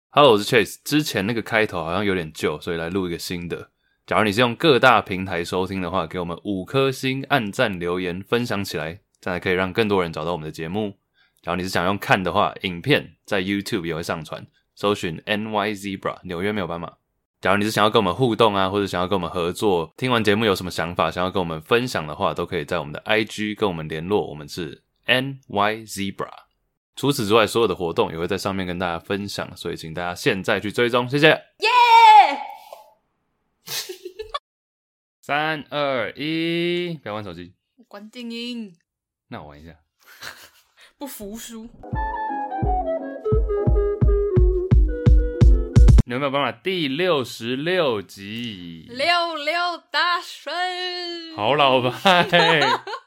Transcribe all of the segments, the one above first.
Hello， 我是 Chase。之前那个开头好像有点旧，所以来录一个新的。假如你是用各大平台收听的话，给我们5颗星、按赞、留言、分享起来，这样才可以让更多人找到我们的节目。假如你是想用看的话，影片在 YouTube 也会上传，搜寻 NYZebra 纽约没有斑马。假如你是想要跟我们互动啊，或者想要跟我们合作，听完节目有什么想法，想要跟我们分享的话，都可以在我们的 IG 跟我们联络，我们是 NYZebra。除此之外，所有的活动也会在上面跟大家分享，所以请大家现在去追踪，谢谢。 耶 ！3、2、1，不要玩手机， 关静音。 那我玩一下。 不服输。 你有没有办法？第66集 66大顺， 好老派。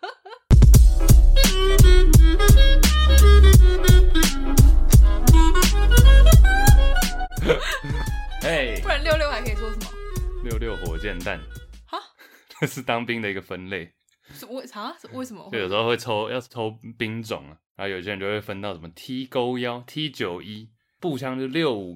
嘿， 不然66还可以说什么 ？66火箭弹。 哈， 这是当兵的一个分类。 是为什么？ 就有时候会要抽兵种啊，然后有些人就会分到什么 T 勾1、T91，步枪就是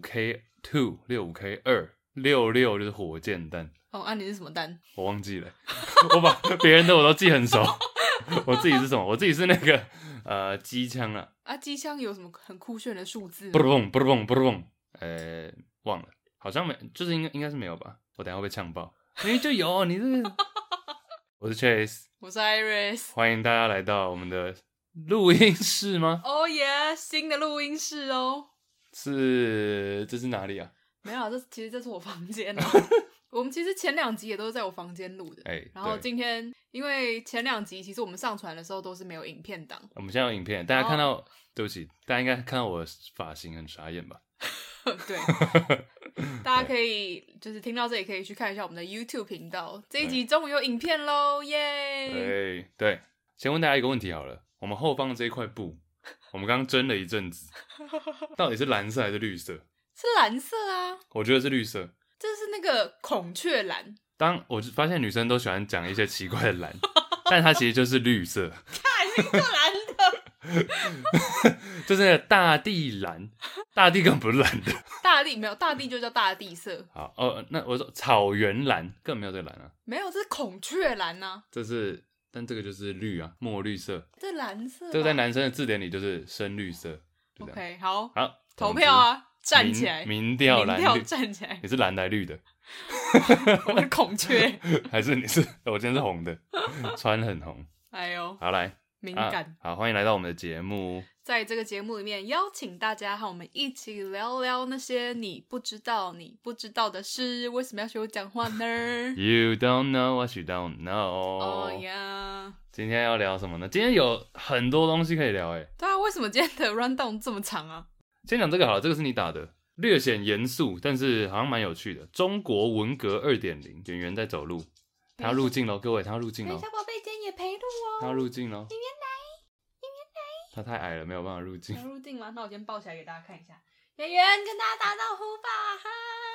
65K2、65K2、66就是火箭弹。 哦，你是什么弹？ 我忘记了，我把别人的我都记很熟。我自己是什么？我自己是那个机枪啊。 啊，机枪有什么很酷炫的数字？ 不嘣不嘣不嘣，忘了，好像没，就是应该是没有吧？我等一下会被呛爆。就有你这个。我是 Chase， 我是 Iris， 欢迎大家来到我们的录音室吗？ 哦耶，新的录音室哦。 这是哪里啊？ 没有，其实这是我房间啊。我们其实前2集也都是在我房间录的，然后今天因为前2集其实我们上传的时候都是没有影片档， 我们现在有影片，大家看到，对不起，大家应该看到我的发型很傻眼吧？ 对，大家可以就是听到这里可以去看一下我们的 YouTube 频道，这一集终于有影片咯，耶！ 对，先问大家一个问题好了，我们后方的这一块布，我们刚刚蒸了一阵子，到底是蓝色还是绿色？ 是蓝色啊， 我觉得是绿色。 这是那个孔雀蓝。 当我就发现女生都喜欢讲一些奇怪的蓝，但它其实就是绿色。 看，你是蓝的。 就是那个大地蓝，大地根本不是蓝的。 大地没有，大地就叫大地色。 好那我说草原蓝根本没有这个蓝啊。 没有，这是孔雀蓝啊。 但这个就是绿啊，墨绿色。 这蓝色。 这个在男生的字典里就是深绿色。 OK， 好，投投票啊！站起来， 民调蓝绿， 站起来。 你是蓝来绿的？ 我是孔雀， 还是我今天是红的，穿很红。 哎呦， 好来， 敏感。 好，欢迎来到我们的节目。 在这个节目里面，邀请大家和我们一起聊聊那些你不知道的事。为什么要学我讲话呢 ？You don't know what you don't know。 哦呀， 今天要聊什么呢？今天有很多东西可以聊对啊，为什么今天的 rundown 这么长啊？ 先讲这个好了，这个是你打的，略显严肃，但是好像蛮有趣的。中国文革 2.0， 演员在走路，他要入镜咯，各位，他要入镜咯。 小宝贝今天也陪录哦， 他要入镜咯。 演员来， 他太矮了，没有办法入镜。 要入镜吗？那我先抱起来给大家看一下。演员跟大家打招呼吧，嗨！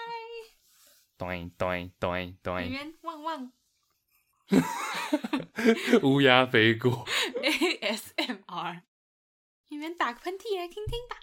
对。 演员汪汪。 乌鸦飞过。 ASMR。演员打个喷嚏来听听吧。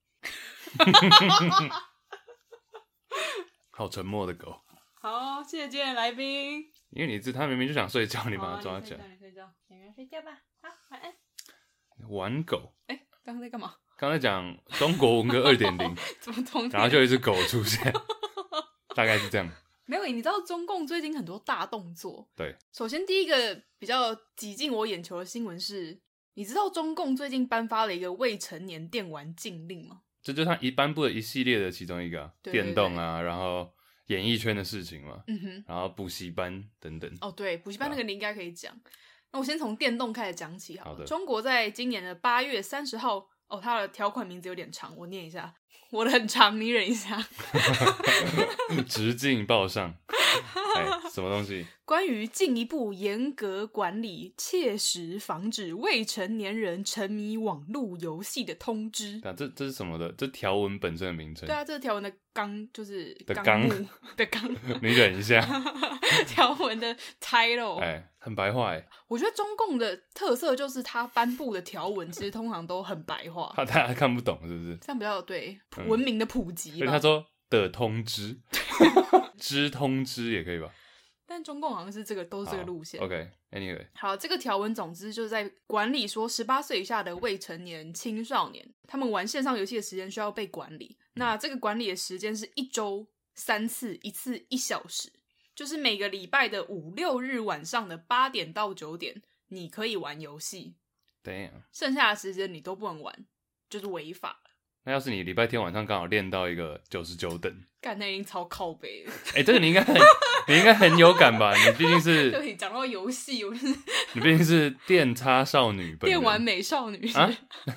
好沉默的狗。 好，谢谢今天的来宾。 因为他明明就想睡觉，你把他抓起来。 你睡觉，演员睡觉吧。好，晚安。 玩狗。 刚刚在干嘛？ 刚才讲中国文革 2.0， 怎么同？ 然后就有一只狗出现，大概是这样。 没有，你知道中共最近很多大动作。 对， 首先第一个比较挤进我眼球的新闻是，你知道中共最近颁发了一个未成年电玩禁令吗？ 这就是他颁布了一系列的其中一个对电动啊，然后演艺圈的事情嘛， 嗯哼， 然后补习班等等。 哦，对，补习班那个你应该可以讲。那我先从电动开始讲起好了。 好的。 中国在今年的8月30号，它的条款名字有点长，我念一下。我的很长，你忍一下。 直径报上。 什么东西？ 关于进一步严格管理，切实防止未成年人沉迷网络游戏的通知。 这是什么的？这条文本身的名称？ 对啊，这条文的纲就是纲目的纲。 你忍一下。 条文的 title， 很白话我觉得中共的特色就是他颁布的条文其实通常都很白话， 大家看不懂是不是？ 这样比较对文明的普及吧。 他说的通知，知通知也可以吧？ 但中共好像是都是这个路线。 OK，Anyway， 好，这个条文总之就是在管理说18岁以下的未成年青少年，他们玩线上游戏的时间需要被管理。那这个管理的时间是1周3次，一次1小时，就是每个礼拜的5、6日晚上的8点到9点，你可以玩游戏。 Damn， 剩下的时间你都不能玩，就是违法。 那要是你礼拜天晚上刚好练到一个99等， 干，那已经超靠北了。 这个你应该很有感吧？你毕竟是对，讲到游戏， 你毕竟是电叉少女本人， 电玩美少女啊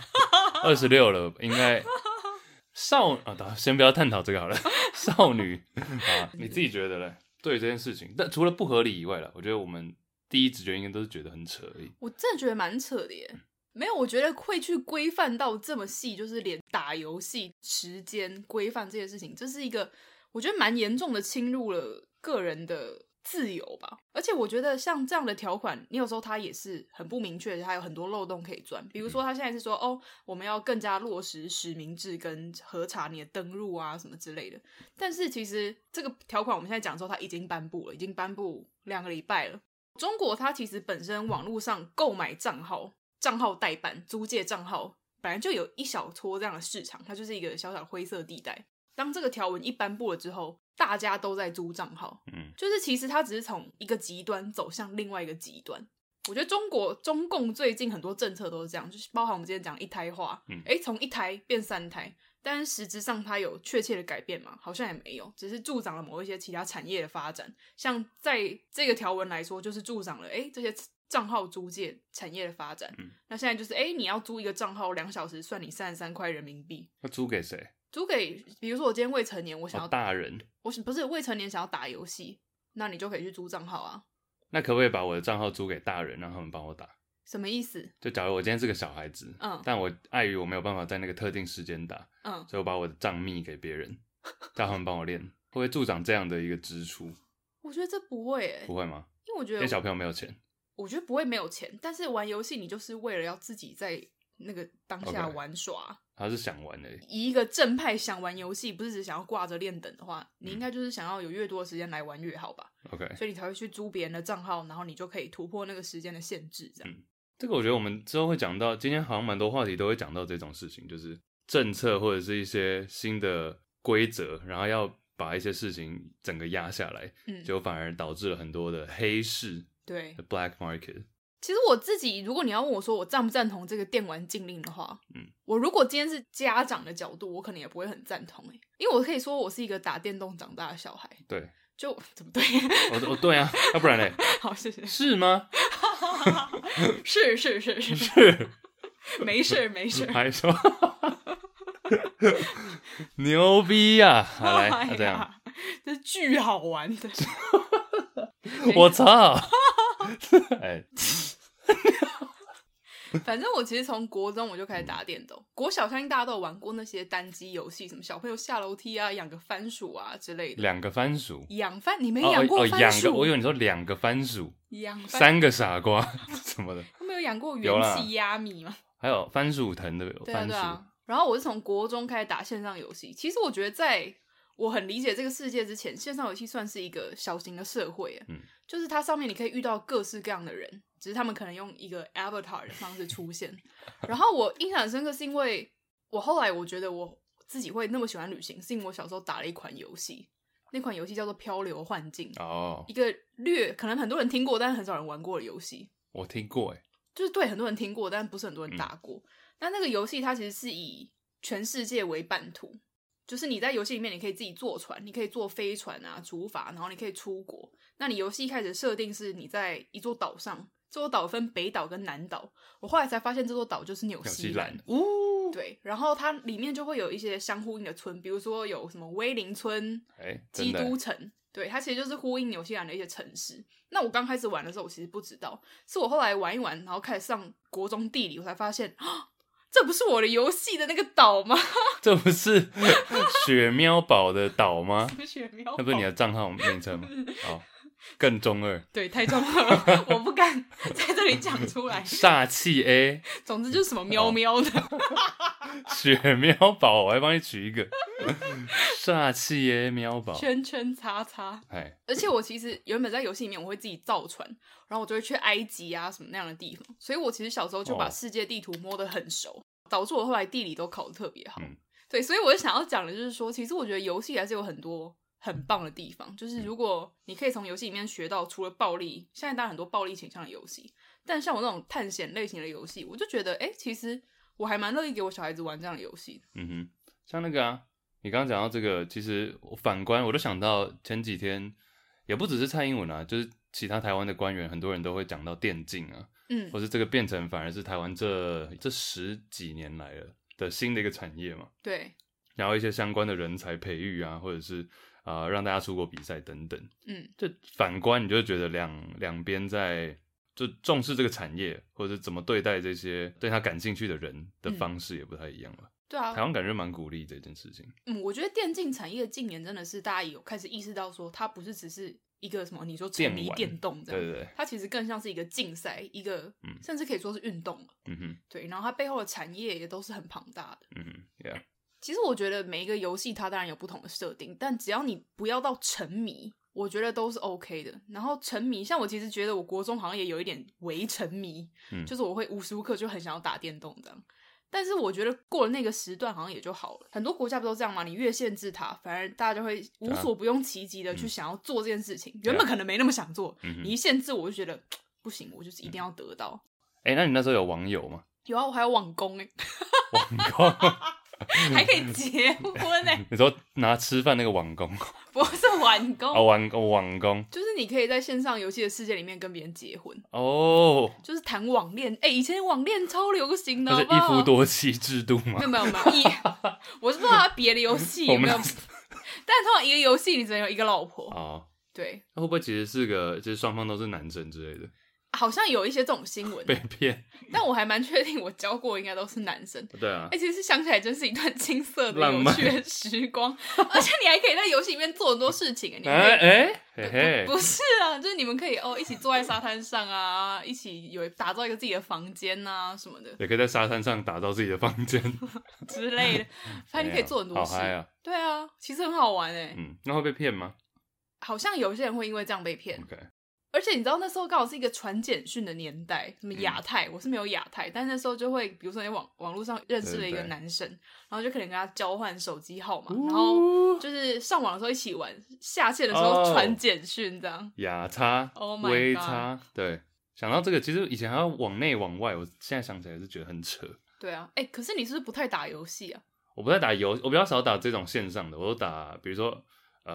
，26了，应该先不要探讨这个好了。少女你自己觉得嘞？对这件事情，但除了不合理以外啦，我觉得我们第一直觉应该都是觉得很扯而已。 我真的觉得蛮扯的耶。没有，我觉得会去规范到这么细，就是连打游戏时间规范这些事情，这是一个我觉得蛮严重的侵入了个人的自由吧。而且我觉得像这样的条款，你有时候它也是很不明确的，它有很多漏洞可以钻。比如说他现在是说我们要更加落实实名制跟核查你的登入啊什么之类的，但是其实这个条款我们现在讲的时候它已经颁布了，已经颁布2个礼拜了。中国它其实本身网络上购买账号代办、租借账号本来就有一小撮这样的市场，它就是一个小小灰色地带。当这个条文一颁布了之后，大家都在租账号，就是其实它只是从一个极端走向另外一个极端。我觉得中共最近很多政策都是这样，就是包含我们之前讲一胎化，从1胎变3胎，但是实质上它有确切的改变吗？好像也没有，只是助长了某一些其他产业的发展。像在这个条文来说，就是助长了这些账号租借产业的发展。那现在就是你要租一个账号2小时算你33块人民币。 那租给谁？ 租给比如说我今天未成年，我想要大人， 我不是未成年想要打游戏，那你就可以去租账号啊。 那可不可以把我的账号租给大人，让他们帮我打？ 什么意思？ 就假如我今天是个小孩子，但我碍于我没有办法在那个特定时间打，所以我把我的账密给别人，叫他们帮我练，会不会助长这样的一个支出？ 我觉得这不会不会吗？ 因为我觉得因为小朋友没有钱。 我觉得不会没有钱，但是玩游戏你就是为了要自己在那个当下玩耍。 他是想玩的。 以一个正派想玩游戏，不是只想要挂着练等的话，你应该就是想要有越多的时间来玩越好吧。 OK， 所以你才会去租别人的账号，然后你就可以突破那个时间的限制这样。 这个我觉得我们之后会讲到，今天好像蛮多话题都会讲到这种事情，就是政策或者是一些新的规则，然后要把一些事情整个压下来，结果反而导致了很多的黑市， 对 ，the black market。 其实我自己，如果你要问我说我赞不赞同这个电玩禁令的话，我如果今天是家长的角度，我可能也不会很赞同因为我可以说我是一个打电动长大的小孩。 对， 就怎么对？ 对啊，要不然嘞？ 好，谢谢。 是吗？ 是，没事。 还说牛逼呀！好来，这样， 这是巨好玩的。 我操！ 反正我其实从国中我就开始打电动，国小相信大家都有玩过那些单机游戏，什么小朋友下楼梯啊、养个番薯啊之类的。 2个番薯？ 你没养过番薯？ 我以为你说2个番薯， 养 3个傻瓜什么的。 他们有养过元气压米吗？ 还有番薯藤的番薯。 对啊。然后我是从国中开始打线上游戏。其实我觉得在我很理解这个世界之前，线上游戏算是一个小型的社会就是它上面你可以遇到各式各样的人，只是他们可能用一个 avatar 的方式出现。然后我印象很深刻是因为我后来我觉得我自己会那么喜欢旅行，是因为我小时候打了一款游戏，那款游戏叫做漂流幻境。一个可能很多人听过但是很少人玩过的游戏。 我听过就是对很多人听过但不是很多人打过。那个游戏它其实是以全世界为版图，就是你在游戏里面你可以自己坐船，你可以坐飞船啊、竹筏，然后你可以出国。那你游戏一开始设定是你在一座岛上，这座岛分北岛跟南岛。我后来才发现这座岛就是纽西兰。对，然后它里面就会有一些相呼应的村，比如说有什么威灵村、基督城， 对，它其实就是呼应纽西兰的一些城市。那我刚开始玩的时候，我其实不知道，是我后来玩一玩，然后开始上国中地理，我才发现，这不是我的游戏的那个岛吗？ 这不是雪喵堡的岛吗？ 雪喵堡， 那不是你的账号名称吗？哦，更中二。 对，太中二了，我不敢在这里讲出来。 煞气 A， 总之就是什么喵喵的。 雪喵堡，我还帮你取一个煞气 A 喵堡， 圈圈叉叉。而且我其实原本在游戏里面我会自己造船，然后我就会去埃及啊什么那样的地方，所以我其实小时候就把世界地图摸得很熟，导致我后来地理都考得特别好。对，所以我想要讲的就是说，其实我觉得游戏还是有很多很棒的地方，就是如果你可以从游戏里面学到除了暴力，现在当然很多暴力倾向的游戏，但像我那种探险类型的游戏，我就觉得其实我还蛮乐意给我小孩子玩这样的游戏的。 像那个你刚刚讲到这个，其实我反观我就想到前几天也不只是蔡英文啊，就是其他台湾的官员，很多人都会讲到电竞啊，或是这个变成反而是台湾这10几年来的新的一个产业嘛。 对， 然后一些相关的人才培育啊，或者是让大家出国比赛等等。就反观你就觉得两边在就重视这个产业，或者是怎么对待这些对他感兴趣的人的方式也不太一样吧。 对啊， 台湾感觉蛮鼓励这件事情。 我觉得电竞产业近年真的是大家有开始意识到说，它不是只是一个什么你说沉迷电动这样， 对， 它其实更像是一个竞赛，一个甚至可以说是运动了。对，然后它背后的产业也都是很庞大的。 Yeah。 其实我觉得每一个游戏它当然有不同的设定，但只要你不要到沉迷，我觉得都是 OK 的。然后沉迷，像我其实觉得我国中好像也有一点微沉迷，就是我会无时无刻就很想要打电动这样。但是我觉得过了那个时段好像也就好了。很多国家不都这样吗？你越限制它，反而大家就会无所不用其极的去想要做这件事情。原本可能没那么想做，你一限制我就觉得不行，我就是一定要得到。 那你那时候有网友吗？ 有啊，我还有网工网工还可以结婚你说拿吃饭那个网工？ 不是网工网工就是你可以在线上游戏的世界里面跟别人结婚就是谈网恋。以前网恋超流行的， 就是一夫多妻制度吗？ 没有我是不知道他别的游戏有没有，但通常一个游戏你只能有一个老婆。对， 那会不会其实是就是双方都是男生之类的？ 好像有一些这种新闻被骗， 但我还蛮确定我教过应该都是男生。 对啊， 其实想起来真是一段青涩的有趣的时光，而且你还可以在游戏里面做很多事情。不是啊，就是你们可以一起坐在沙滩上啊，一起打造一个自己的房间啊什么的， 也可以在沙滩上打造自己的房间之类的，反正你可以做很多事。 好嗨啊！ 对啊，其实很好玩那会被骗吗？ 好像有些人会因为这样被骗。而且你知道那时候刚好是一个传简讯的年代，什么亚太，我是没有亚太，但那时候就会比如说你网络上认识了一个男生，然后就可能跟他交换手机号码，然后就是上网的时候一起玩，下线的时候传简讯这样。 亚差、微差，对，想到这个，其实以前还要往内往外，我现在想起来是觉得很扯。 对啊，可是你是不是不太打游戏啊？ 我不太打我比较少打这种线上的，我都打比如说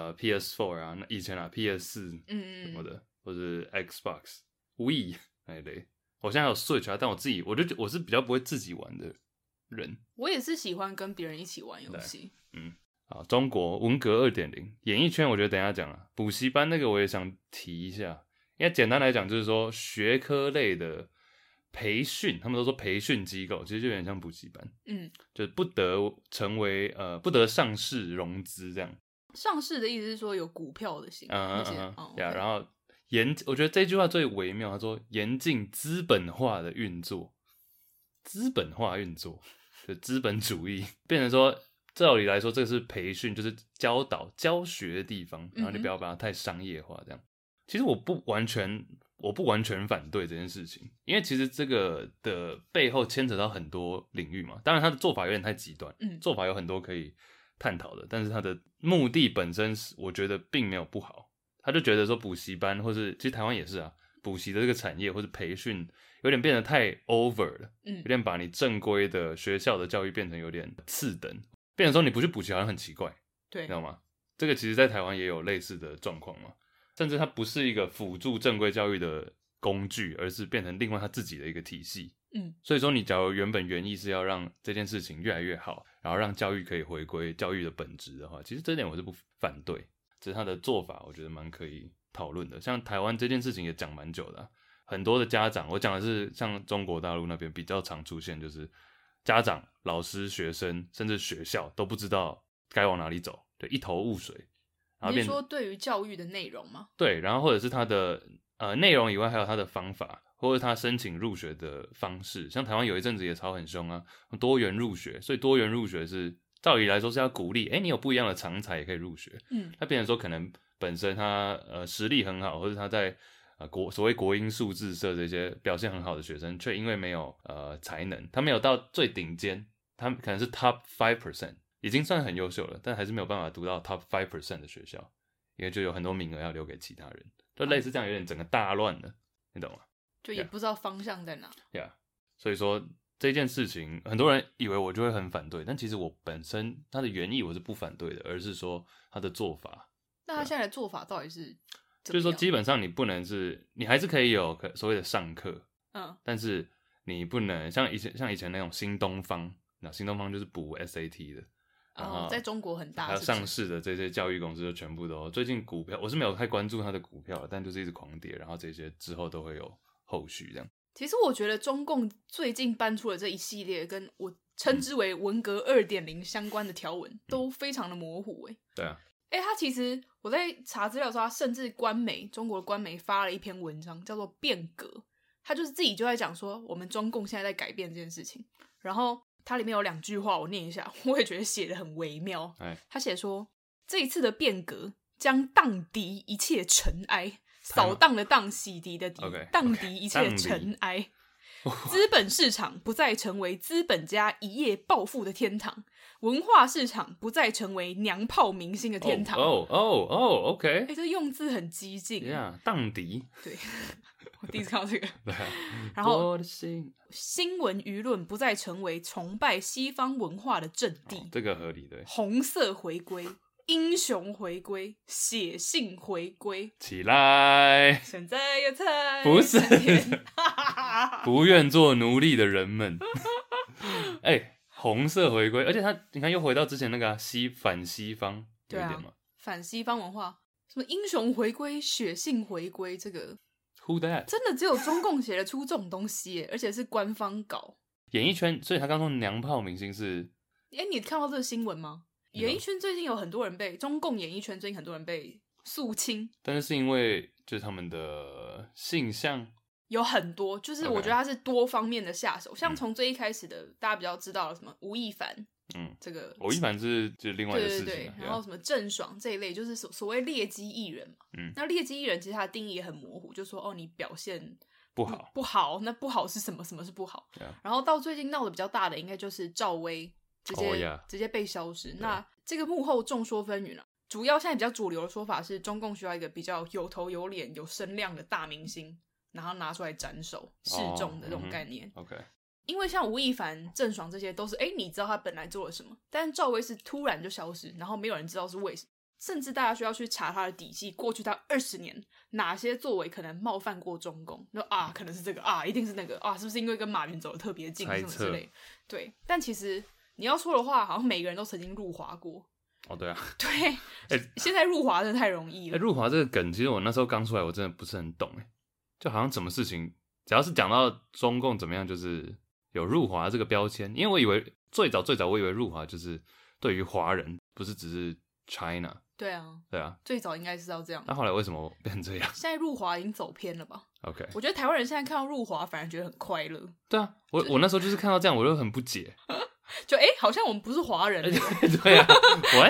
PS4 啊，那以前PS4 什么的。或者 Xbox、Wii 那一类，我现在还有 Switch 但我是比较不会自己玩的人。 我也是喜欢跟别人一起玩游戏。 好，中国文革 2.0 演艺圈，我觉得等一下讲啊。补习班那个我也想提一下，因为简单来讲就是说学科类的培训，他们都说培训机构，其实就有点像补习班。就是不得上市融资这样。 上市的意思是说有股票的型然后我觉得这句话最微妙，他说严禁资本化的运作，资本化运作就资本主义，变成说照理来说这个是培训，就是教导教学的地方，然后你不要把它太商业化这样。其实我不完全反对这件事情，因为其实这个的背后牵扯到很多领域嘛，当然他的做法有点太极端，做法有很多可以探讨的，但是他的目的本身我觉得并没有不好。他就觉得说补习班或是其实台湾也是啊，补习的这个产业或是培训有点变得太 over 了，有点把你正规的学校的教育变成有点次等，变成说你不去补习好像很奇怪， 对， 知道吗？这个其实在台湾也有类似的状况嘛，甚至它不是一个辅助正规教育的工具，而是变成另外他自己的一个体系。所以说你假如原意是要让这件事情越来越好，然后让教育可以回归教育的本质的话，其实这点我是不反对。 只是他的做法我觉得蛮可以讨论的。像台湾这件事情也讲蛮久的很多的家长，我讲的是像中国大陆那边比较常出现，就是家长、老师、学生甚至学校都不知道该往哪里走，对，一头雾水。然后你是说对于教育的内容吗？ 对，然后或者是他的内容以外，还有他的方法，或者他申请入学的方式。像台湾有一阵子也吵很凶啊，多元入学，所以多元入学是照理来说是要鼓励，你有不一样的长才也可以入学。那变成说可能本身他实力很好，或者他在所谓国英数自社这些表现很好的学生，却因为没有才能，他没有到最顶尖，他可能是 top 5%， 已经算很优秀了，但还是没有办法读到 top 5% 的学校，因为就有很多名额要留给其他人，就类似这样，有点整个大乱了，你懂吗？ 就也不知道方向在哪。 所以说这件事情，很多人以为我就会很反对，但其实我本身他的原意我是不反对的，而是说他的做法。 那他现在的做法到底是怎么样？ 就是说基本上你不能是，你还是可以有所谓的上课，但是你不能像以前那种新东方，那新东方就是补 SAT 的。 在中国很大， 还有上市的这些教育公司就全部都，最近股票我是没有太关注它的股票了，但就是一直狂跌，然后这些之后都会有后续这样。 其实我觉得中共最近搬出了这一系列跟我称之为文革 2.0 相关的条文，都非常的模糊对啊。 他其实我在查资料的时候，他甚至中国的官媒发了一篇文章叫做变革，他就是自己就在讲说我们中共现在在改变这件事情，然后它里面有2句话我念一下，我也觉得写得很微妙。他写说这一次的变革将荡涤一切尘埃，扫荡的荡，洗涤的涤，荡涤一切尘埃。资本市场不再成为资本家一夜暴富的天堂，文化市场不再成为娘炮明星的天堂。 OK。 这用字很激进。 荡涤。 对，我第一次看到这个。然后新闻舆论不再成为崇拜西方文化的阵地。 这个合理。对。 红色回归。英雄回归，血性回归， 起来！ 现在也才不是不愿做奴隶的人们。红色回归，而且你看又回到之前那个反西方，有一点嘛， 反西方文化，什么英雄回归、血性回归，这个 Who that？ 真的只有中共写得出这种东西耶，而且是官方稿。 演艺圈，所以他刚说娘炮明星是， 你看到这个新闻吗？演艺圈最近有很多人中共演艺圈最近很多人被肃清， 但是因为就是他们的性向有很多，就是我觉得他是多方面的下手，像从最一开始的大家比较知道的什么吴亦凡，这个吴亦凡是就另外的事情， 对，然后什么郑爽这一类，就是所谓劣迹艺人嘛，那劣迹艺人其实他的定义也很模糊，就说你表现不好，那不好是什么？什么是不好？然后到最近闹得比较大的，应该就是赵薇。直接被消失。那这个幕后众说纷纭了，主要现在比较主流的说法是，中共需要一个比较有头有脸、有声量的大明星，然后拿出来斩首示众的这种概念。因为像吴亦凡、郑爽这些都是，你知道他本来做了什么，但是赵薇是突然就消失，然后没有人知道是为什么，甚至大家需要去查他的底细，过去他20年哪些作为可能冒犯过中共，就可能是这个一定是那个是不是因为跟马云走得特别近什么之类，对，但其实。你要说的话，好像每个人都曾经入华过。 对啊。 对。现在入华真的太容易了。 入华这个梗，其实我那时候刚出来，我真的不是很懂。就好像什么事情，只要是讲到中共怎么样，就是有入华这个标签。因为我以为最早我以为入华就是对于华人，不是只是 China。 对啊。最早应该是要这样。 那后来为什么变成这样？ 现在入华已经走偏了吧 ？OK。 我觉得台湾人现在看到入华，反而觉得很快乐。 对啊，我那时候就是看到这样，我就很不解。 就好像我们不是华人。 对啊。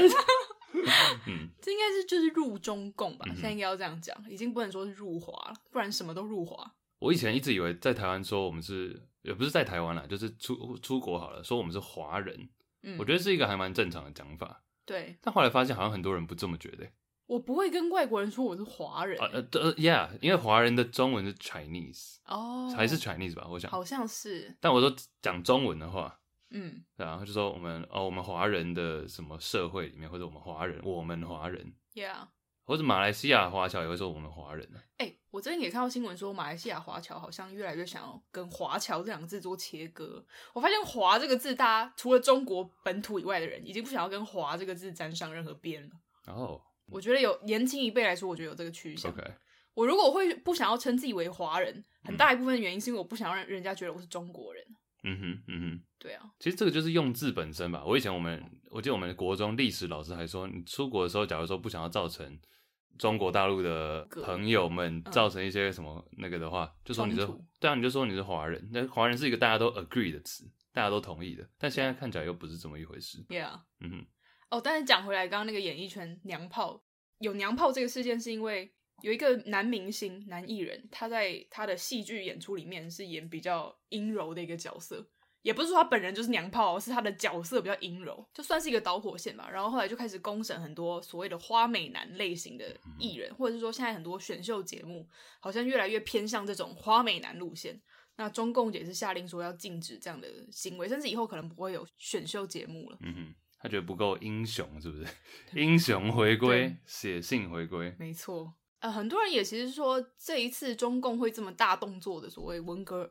这应该是就是入中共吧，现在应该要这样讲，已经不能说是入华了，不然什么都入华。 我以前一直以为在台湾说我们是，也不是在台湾啦，就是出国好了，说我们是华人，我觉得是一个还蛮正常的讲法。 对。 但后来发现好像很多人不这么觉得。 我不会跟外国人说我是华人。 yeah， 因为华人的中文是 Chinese。还是 Chinese 吧，我想。 好像是。 但我说讲中文的话。然后就说我们华人的什么社会里面，或者我们华人 ，yeah， 或者马来西亚华侨也会说我们华人。 我这边也看到新闻说，马来西亚华侨好像越来越想要跟华侨这两个字做切割。我发现华这个字，大家除了中国本土以外的人，已经不想要跟华这个字沾上任何边了。 我觉得有年轻一辈来说，我觉得有这个趋向。 OK， 我如果会不想要称自己为华人，很大一部分原因是因为我不想要让人家觉得我是中国人。对啊， 其实这个就是用字本身吧。我记得我们国中历史老师还说，你出国的时候，假如说不想要造成中国大陆的朋友们造成一些什么那个的话，就说你是对啊，你就说你是华人。那华人是一个大家都 agree 的词，大家都同意的。但现在看起来又不是这么一回事。 Yeah，但是讲回来，刚刚那个演艺圈娘炮，有娘炮这个事件，是因为有一个男明星、男艺人，他在他的戏剧演出里面是演比较阴柔的一个角色，也不是说他本人就是娘炮，是他的角色比较阴柔，就算是一个导火线吧。然后后来就开始公审很多所谓的花美男类型的艺人，或者是说现在很多选秀节目好像越来越偏向这种花美男路线。那中共也是下令说要禁止这样的行为，甚至以后可能不会有选秀节目了。 他觉得不够英雄，是不是？英雄回归，写信回归， 没错。很多人也其实说，这一次中共会这么大动作的所谓文革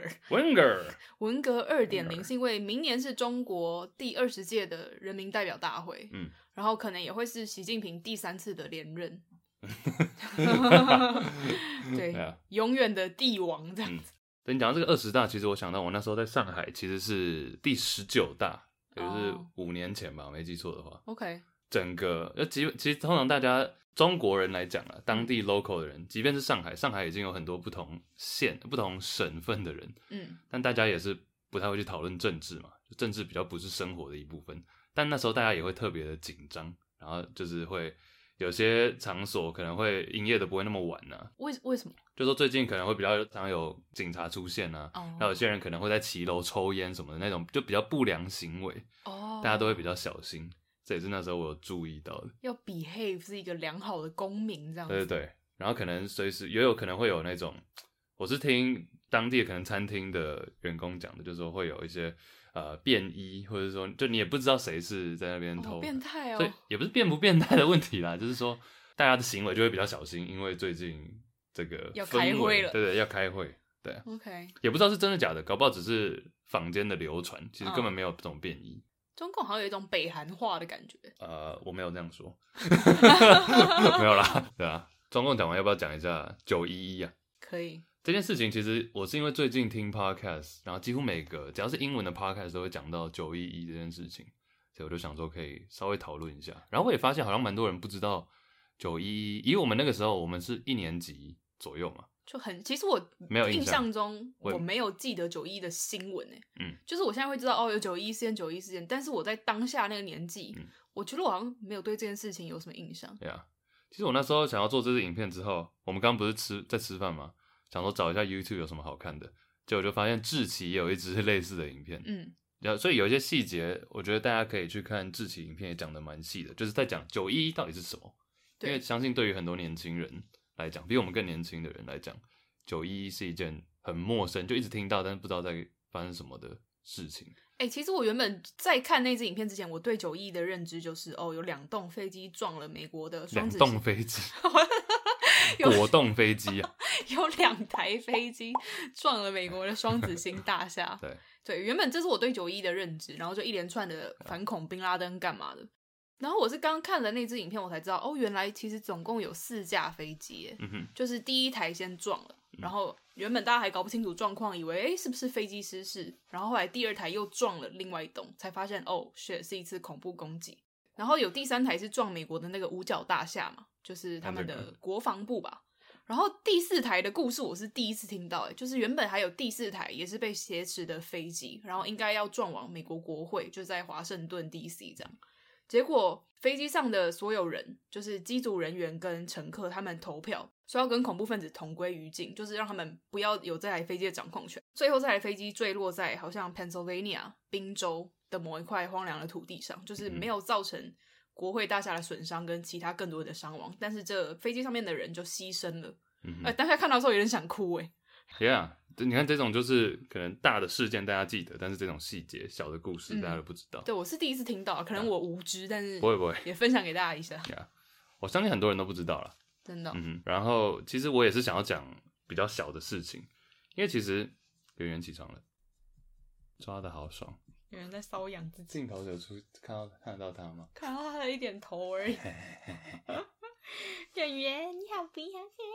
2.0， 是因为明年是中国第20届的人民代表大会，然后可能也会是习近平第3次的连任，对，永远的帝王这样子。 等你讲到这个20大，其实我想到我那时候在上海，其实是第19大。也就是5年前吧，没记错的话。 OK， 整个其实通常大家中国人来讲啊，当地 local 的人，即便是上海已经有很多不同县、不同省份的人，但大家也是不太会去讨论政治嘛，就政治比较不是生活的一部分。但那时候大家也会特别的紧张，然后就是会有些场所可能会营业的不会那么晚啊。 为什么？ 就说最近可能会比较常有警察出现啊，还有些人可能会在骑楼抽烟什么的那种，就比较不良行为，大家都会比较小心。这也是那时候我有注意到的， 要 behave 是一个良好的公民这样子。 对，然后可能随时也有可能会有那种，我是听当地可能餐厅的员工讲的，就是说会有一些便衣，或者说就你也不知道谁是在那边偷， 变态哦。 所以也不是变不变态的问题啦，就是说大家的行为就会比较小心，因为最近这个要开会了， 对，要开会，对 ，OK， 也不知道是真的假的，搞不好只是坊间的流传，其实根本没有这种便衣。 中共好像有一种北韩化的感觉。 我没有这样说，没有啦，对啊。中共讲完，要不要讲一下911啊？ 可以。 这件事情其实我是因为最近听 podcast， 然后几乎每个只要是英文的 podcast 都会讲到911这件事情，所以我就想说可以稍微讨论一下。然后我也发现好像蛮多人不知道911，以我们那个时候我们是1年级左右嘛。 其实我没有印象中我没有记得911的新闻就是我现在会知道有911事件911事件，但是我在当下那个年纪，我觉得我好像没有对这件事情有什么印象。 对啊，其实我那时候想要做这支影片之后，我们刚刚不是在吃饭吗？想说找一下 YouTube 有什么好看的，结果就发现志祺也有一支类似的影片，所以有一些细节，我觉得大家可以去看志祺影片，也讲得蛮细的，就是在讲911到底是什么。因为相信对于很多年轻人来讲，比我们更年轻的人来讲，911是一件很陌生，就一直听到，但是不知道在发生什么的事情。 其实我原本在看那支影片之前，我对911的认知就是有2栋飞机撞了美国的双子星。 2栋飞机，果冻飞机啊， 有2台飞机撞了美国的双子星大厦。对，原本这是我对911的认知，然后就一连串的反恐宾拉登干嘛的。然后我是刚看了那支影片，我才知道原来其实总共有4架飞机耶，就是第一台先撞了，然后原本大家还搞不清楚状况，以为是不是飞机失事，然后后来第2台又撞了另外一栋，才发现shit 是一次恐怖攻击。然后有第3台是撞美国的那个五角大厦嘛，就是他们的国防部吧。然后第4台的故事我是第一次听到，就是原本还有第4台也是被挟持的飞机，然后应该要撞往美国国会，就在华盛顿 DC 这样。结果飞机上的所有人，就是机组人员跟乘客，他们投票说要跟恐怖分子同归于尽，就是让他们不要有这台飞机的掌控权。最后这台飞机坠落在好像 Pennsylvania 宾州的某一块荒凉的土地上，就是没有造成国会大厦的损伤跟其他更多的伤亡，但是这飞机上面的人就牺牲了。当下看到的时候有点想哭 Yeah， 你看这种就是可能大的事件大家记得，但是这种细节小的故事大家都不知道。 对，我是第一次听到，可能我无知，但是不会也分享给大家一下。 我相信很多人都不知道啦， 真的。 然后其实我也是想要讲比较小的事情，因为其实圆圆起床了，抓得好爽。 有人在搔痒自己。 镜头有看得到他吗？ 看到他的一点头而已。演员，你好不要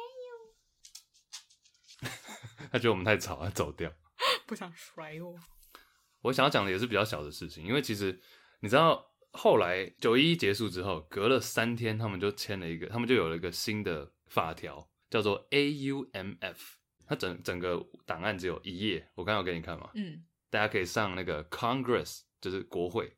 他觉得我们太吵，他走掉。 不想甩我。 我想要讲的也是比较小的事情，因为其实你知道，后来911结束之后，隔了3天，他们就有了一个新的法条，叫做 AUMF。它整个档案只有1页，我刚刚有给你看嘛，大家可以上那个 Congress， 就是国会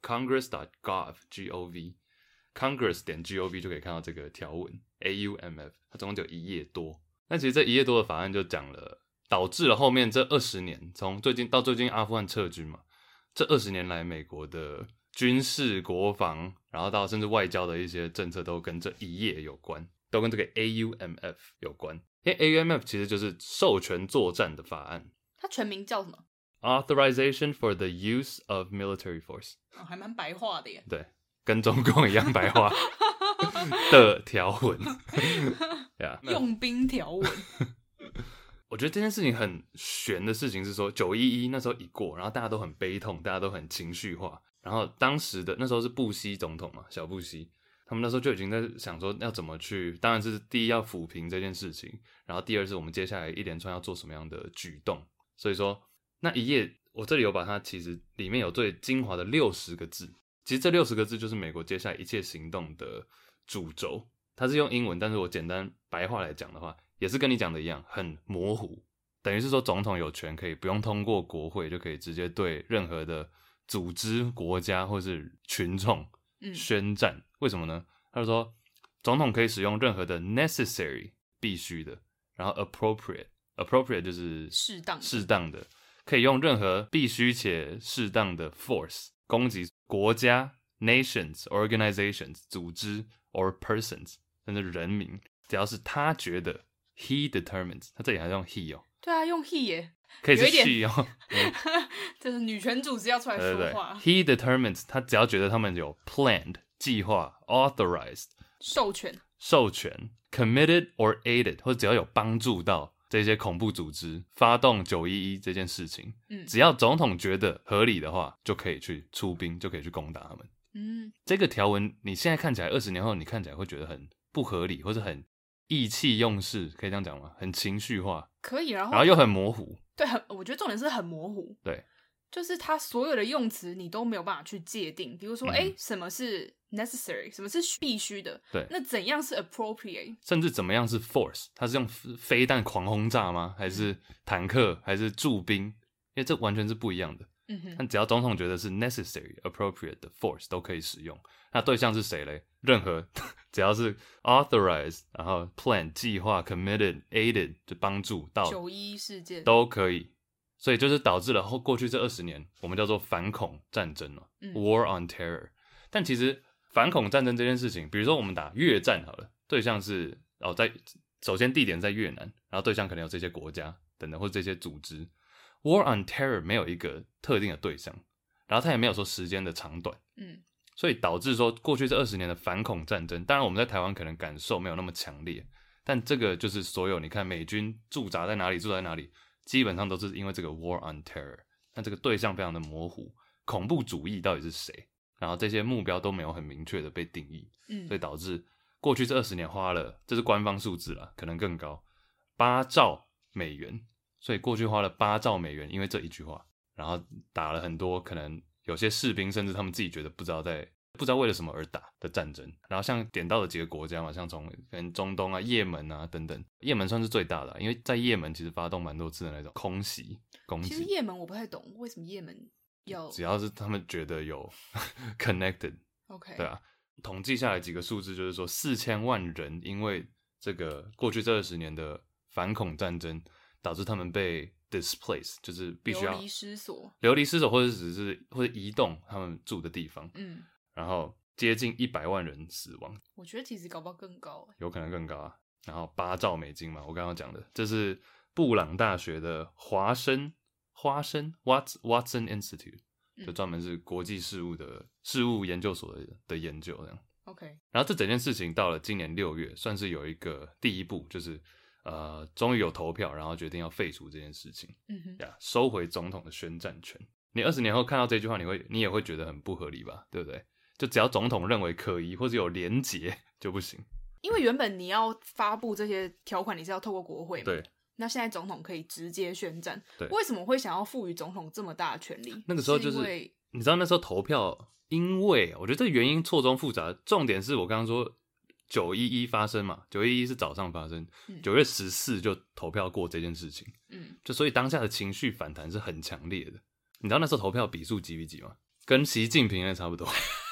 Congress.gov，Congress.gov 就可以看到这个条文 AUMF， 它总共只有1页多。那其实这1页多的法案就讲了，导致了后面这20年，从最近阿富汗撤军嘛，这20年来美国的军事、国防，然后到甚至外交的一些政策都跟这1页有关，都跟这个 AUMF 有关。因为 AUMF 其实就是授权作战的法案。 它全名叫什么？ Authorization for the use of military force。 还蛮白话的耶。 对，跟中共一样白话的条文。 用兵条文。 我觉得这件事情很悬的事情是说，911那时候一过，然后大家都很悲痛，大家都很情绪化。然后当时的那时候是布希总统嘛，小布希，他们那时候就已经在想说要怎么去，当然是第一要抚平这件事情，然后第二是我们接下来一连串要做什么样的举动。所以说那1页我这里有把它其实里面有最精华的60个字，其实这60个字就是美国接下来一切行动的主轴。它是用英文，但是我简单白话来讲的话，也是跟你讲的一样，很模糊。等于是说总统有权可以不用通过国会就可以直接对任何的组织、国家或是群众宣战。为什么呢？他就说总统可以使用任何的 necessary 必须的，然后 appropriate 就是适当的，可以用任何必须且适当的 force 攻击国家 nations organizations 组织 or persons 甚至人民，只要是他觉得 he determines， 他这里还用 he 哦。 对啊，用 he 耶， 可以是 she 哦。 这是女权主持要出来说话。 对 he determines， 他只要觉得他们有 planned 计划 authorized 授权 committed or aided， 或者只要有帮助到这些恐怖组织发动911这件事情，只要总统觉得合理的话，就可以去出兵，就可以去攻打他们。这个条文你现在看起来20年后你看起来会觉得很不合理，或是很意气用事，可以这样讲吗？很情绪化， 可以，然后又很模糊。 对，我觉得重点是很模糊。 对， 就是它所有的用词你都没有办法去界定，比如说什么是 necessary， 什么是必须的， 对， 那怎样是 appropriate， 甚至怎么样是 force， 它是用飞弹狂轰炸吗？还是坦克，还是驻兵？因为这完全是不一样的。但只要总统觉得是 necessary appropriate 的 force 都可以使用。那对象是谁嘞？任何只要是 authorized， 然后 plan 计划 committed aided 就帮助到 911事件都可以。所以就是导致了过去这20年我们叫做反恐战争war on terror。 但其实反恐战争这件事情，比如说我们打越战好了，对象是首先地点在越南，然后对象可能有这些国家等等或者这些组织。War on Terror 没有一个特定的对象，然后它也没有说时间的长短，所以导致说过去这20年的反恐战争，当然我们在台湾可能感受没有那么强烈，但这个就是所有你看美军驻扎在哪里，基本上都是因为这个 War on Terror， 那这个对象非常的模糊，恐怖主义到底是谁，然后这些目标都没有很明确的被定义，所以导致过去这20年花了，这是官方数字啦，可能更高，8兆美元。所以过去花了8兆美元，因为这一句话，然后打了很多可能有些士兵甚至他们自己觉得不知道为了什么而打的战争。然后像点到的几个国家嘛，像从中东啊、也门啊等等，也门算是最大的因为在也门其实发动蛮多次的那种空袭攻击。 其实也门我不太懂为什么也门要， 只要是他们觉得有connected OK， 对啊，统计下来几个数字就是说4000万人因为这个过去这20年的反恐战争导致他们被 displace， 就是必须要流离失所，或者移动他们住的地方，然后接近100万人死亡。 我觉得其实搞不好更高， 有可能更高啊。然后8兆美金嘛，我刚刚讲的，这是布朗大学的Watson Institute，就专门是国际事务研究所的研究这样。 OK， 然后这整件事情到了今年6月，算是有一个第一步，就是终于有投票，然后决定要废除这件事情，收回总统的宣战权。 你20年后看到这句话，你也会觉得很不合理吧，对不对？就只要总统认为可疑或者有连结就不行。 因为原本你要发布这些条款，你是要透过国会嘛？ 对。 那现在总统可以直接宣战， 对， 为什么会想要赋予总统这么大的权力？ 那个时候就是你知道那时候投票，因为我觉得这个原因错综复杂，重点是我刚刚说911发生嘛，911是早上发生，9月14就投票过这件事情，就所以当下的情绪反弹是很强烈的。你知道那时候投票比数几比几吗？跟习近平那差不多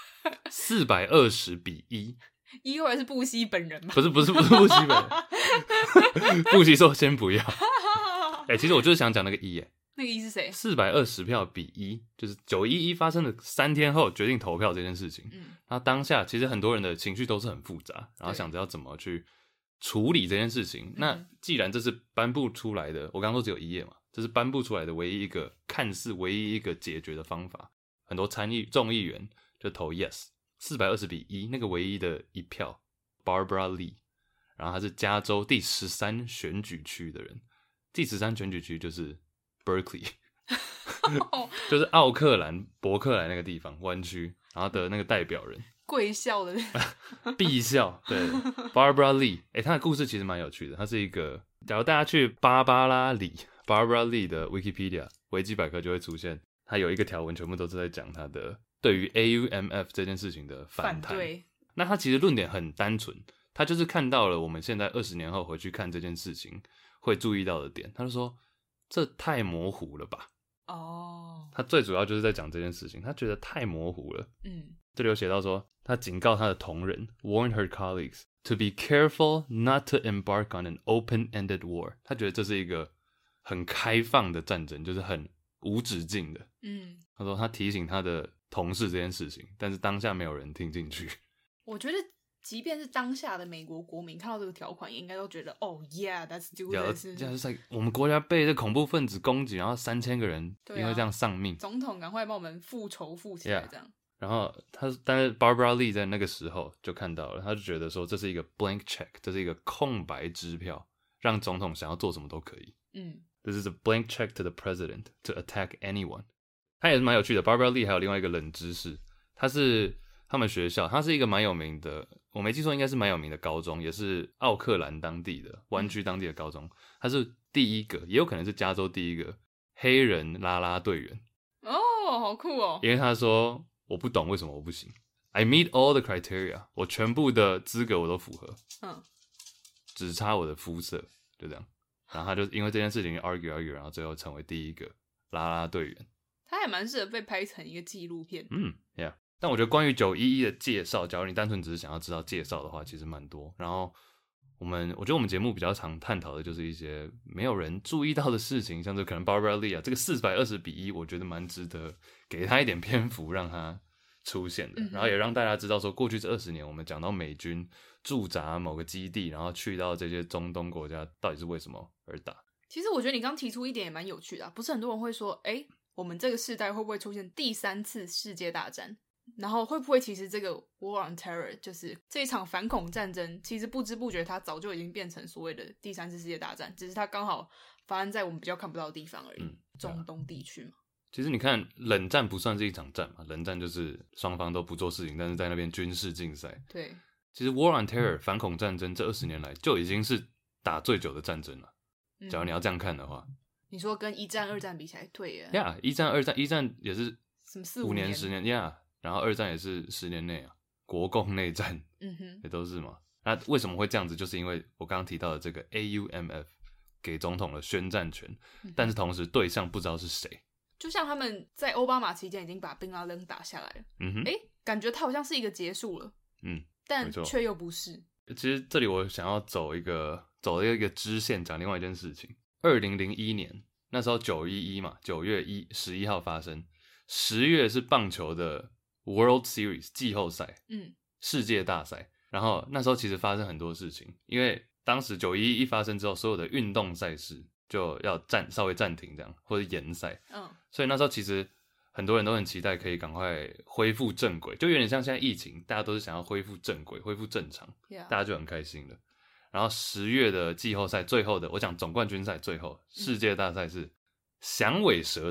，420比1。 一会儿是布希本人吗？ 不是布希本人，布希说先不要。其实我就是想讲那个1 那个1是谁 ？420票比1，就是911发生的3天后决定投票这件事情。然后当下其实很多人的情绪都是很复杂，然后想着要怎么去处理这件事情。那既然这是颁布出来的，我刚刚说只有1页嘛，这是颁布出来的看似唯一一个解决的方法，很多众议员就投 yes。420比1，那个唯一的一票 Barbara Lee， 然后他是加州第13选举区的人，第13选举区就是 Berkeley， 就是奥克兰伯克莱那个地方湾区，然后的那个代表人贵校的毕校，对 Barbara Lee， 他的故事其实蛮有趣的，他是一个，假如大家去芭芭拉里 Barbara Lee 的 Wikipedia 维基百科就会出现，他有一个条文全部都是在讲他的对于 AUMF 这件事情的反弹。那他其实论点很单纯，他就是看到了我们现在20年后回去看这件事情会注意到的点，他就说这太模糊了吧。他最主要就是在讲这件事情，他觉得太模糊了。这里有写到说，他警告他的同仁 warned her colleagues to be careful not to embark on an open-ended war。他觉得这是一个很开放的战争，就是很无止境的。他说他提醒他的同事这件事情，但是当下没有人听进去。 我觉得即便是当下的美国国民看到这个条款，也应该都觉得哦 yeah that's do this， 就是我们国家被这恐怖分子攻击，然后3000个人因为这样丧命， 总统赶快帮我们复仇富起来这样。 然后但是 Barbara Lee 在那个时候就看到了，他就觉得说这是一个 blank check， 这是一个空白支票，让总统想要做什么都可以。This is a blank check to the president to attack anyone。他也是蛮有趣的。Barbara Lee 还有另外一个冷知识，他是他们学校，他是一个蛮有名的，我没记错应该是蛮有名的高中，也是奥克兰当地的湾区当地的高中。他是第一个，也有可能是加州第一个黑人啦啦队员。 好酷哦！ 因为他说我不懂为什么我不行 ，I meet all the criteria， 我全部的资格我都符合，只差我的肤色，就这样。然后他就因为这件事情 argue， 然后最后成为第一个啦啦队员。 他还蛮适合被拍成一个纪录片。 Yeah。但我觉得关于911的介绍，假如你单纯只是想要知道介绍的话，其实蛮多。然后我觉得我们节目比较常探讨的就是一些没有人注意到的事情，像是可能 Barbara Lee 这个420比1，我觉得蛮值得给他一点篇幅让他出现的。然后也让大家知道说，过去这20年我们讲到美军驻扎某个基地，然后去到这些中东国家，到底是为什么而打。 其实我觉得你刚提出一点也蛮有趣的不是很多人会说我们这个世代会不会出现第3次世界大战，然后会不会其实这个 War on Terror 就是这一场反恐战争，其实不知不觉它早就已经变成所谓的第3次世界大战，只是它刚好发生在我们比较看不到的地方而已。中东地区嘛。 其实你看冷战不算是一场战嘛，冷战就是双方都不做事情，但是在那边军事竞赛。 对， 其实 War on Terror 反恐战争这20年来就已经是打最久的战争了。假如你要这样看的话， 你说跟1战2战比起来，对耶。 1战2战，1战也是什么4-5 年10年然后2战也是10年内国共内战也都是嘛。那为什么会这样子？就是因为我刚刚提到的这个 AUMF 给总统的宣战权，但是同时对象不知道是谁。 就像他们在奥巴马期间已经把宾拉登打下来了，感觉他好像是一个结束了，但却又不是。 其实这里我想要走一个支线，讲另外一件事情。2001年那时候911嘛，9月11号发生，10月是棒球的 World Series 季后赛，世界大赛。然后那时候其实发生很多事情，因为当时911一发生之后，所有的运动赛事就要稍微暂停这样，或者延赛。所以那时候其实很多人都很期待可以赶快恢复正轨，就有点像现在疫情，大家都是想要恢复正轨、恢复正常，大家就很开心了。然后10月的季后赛最后的，我讲总冠军赛最后世界大赛是响尾蛇队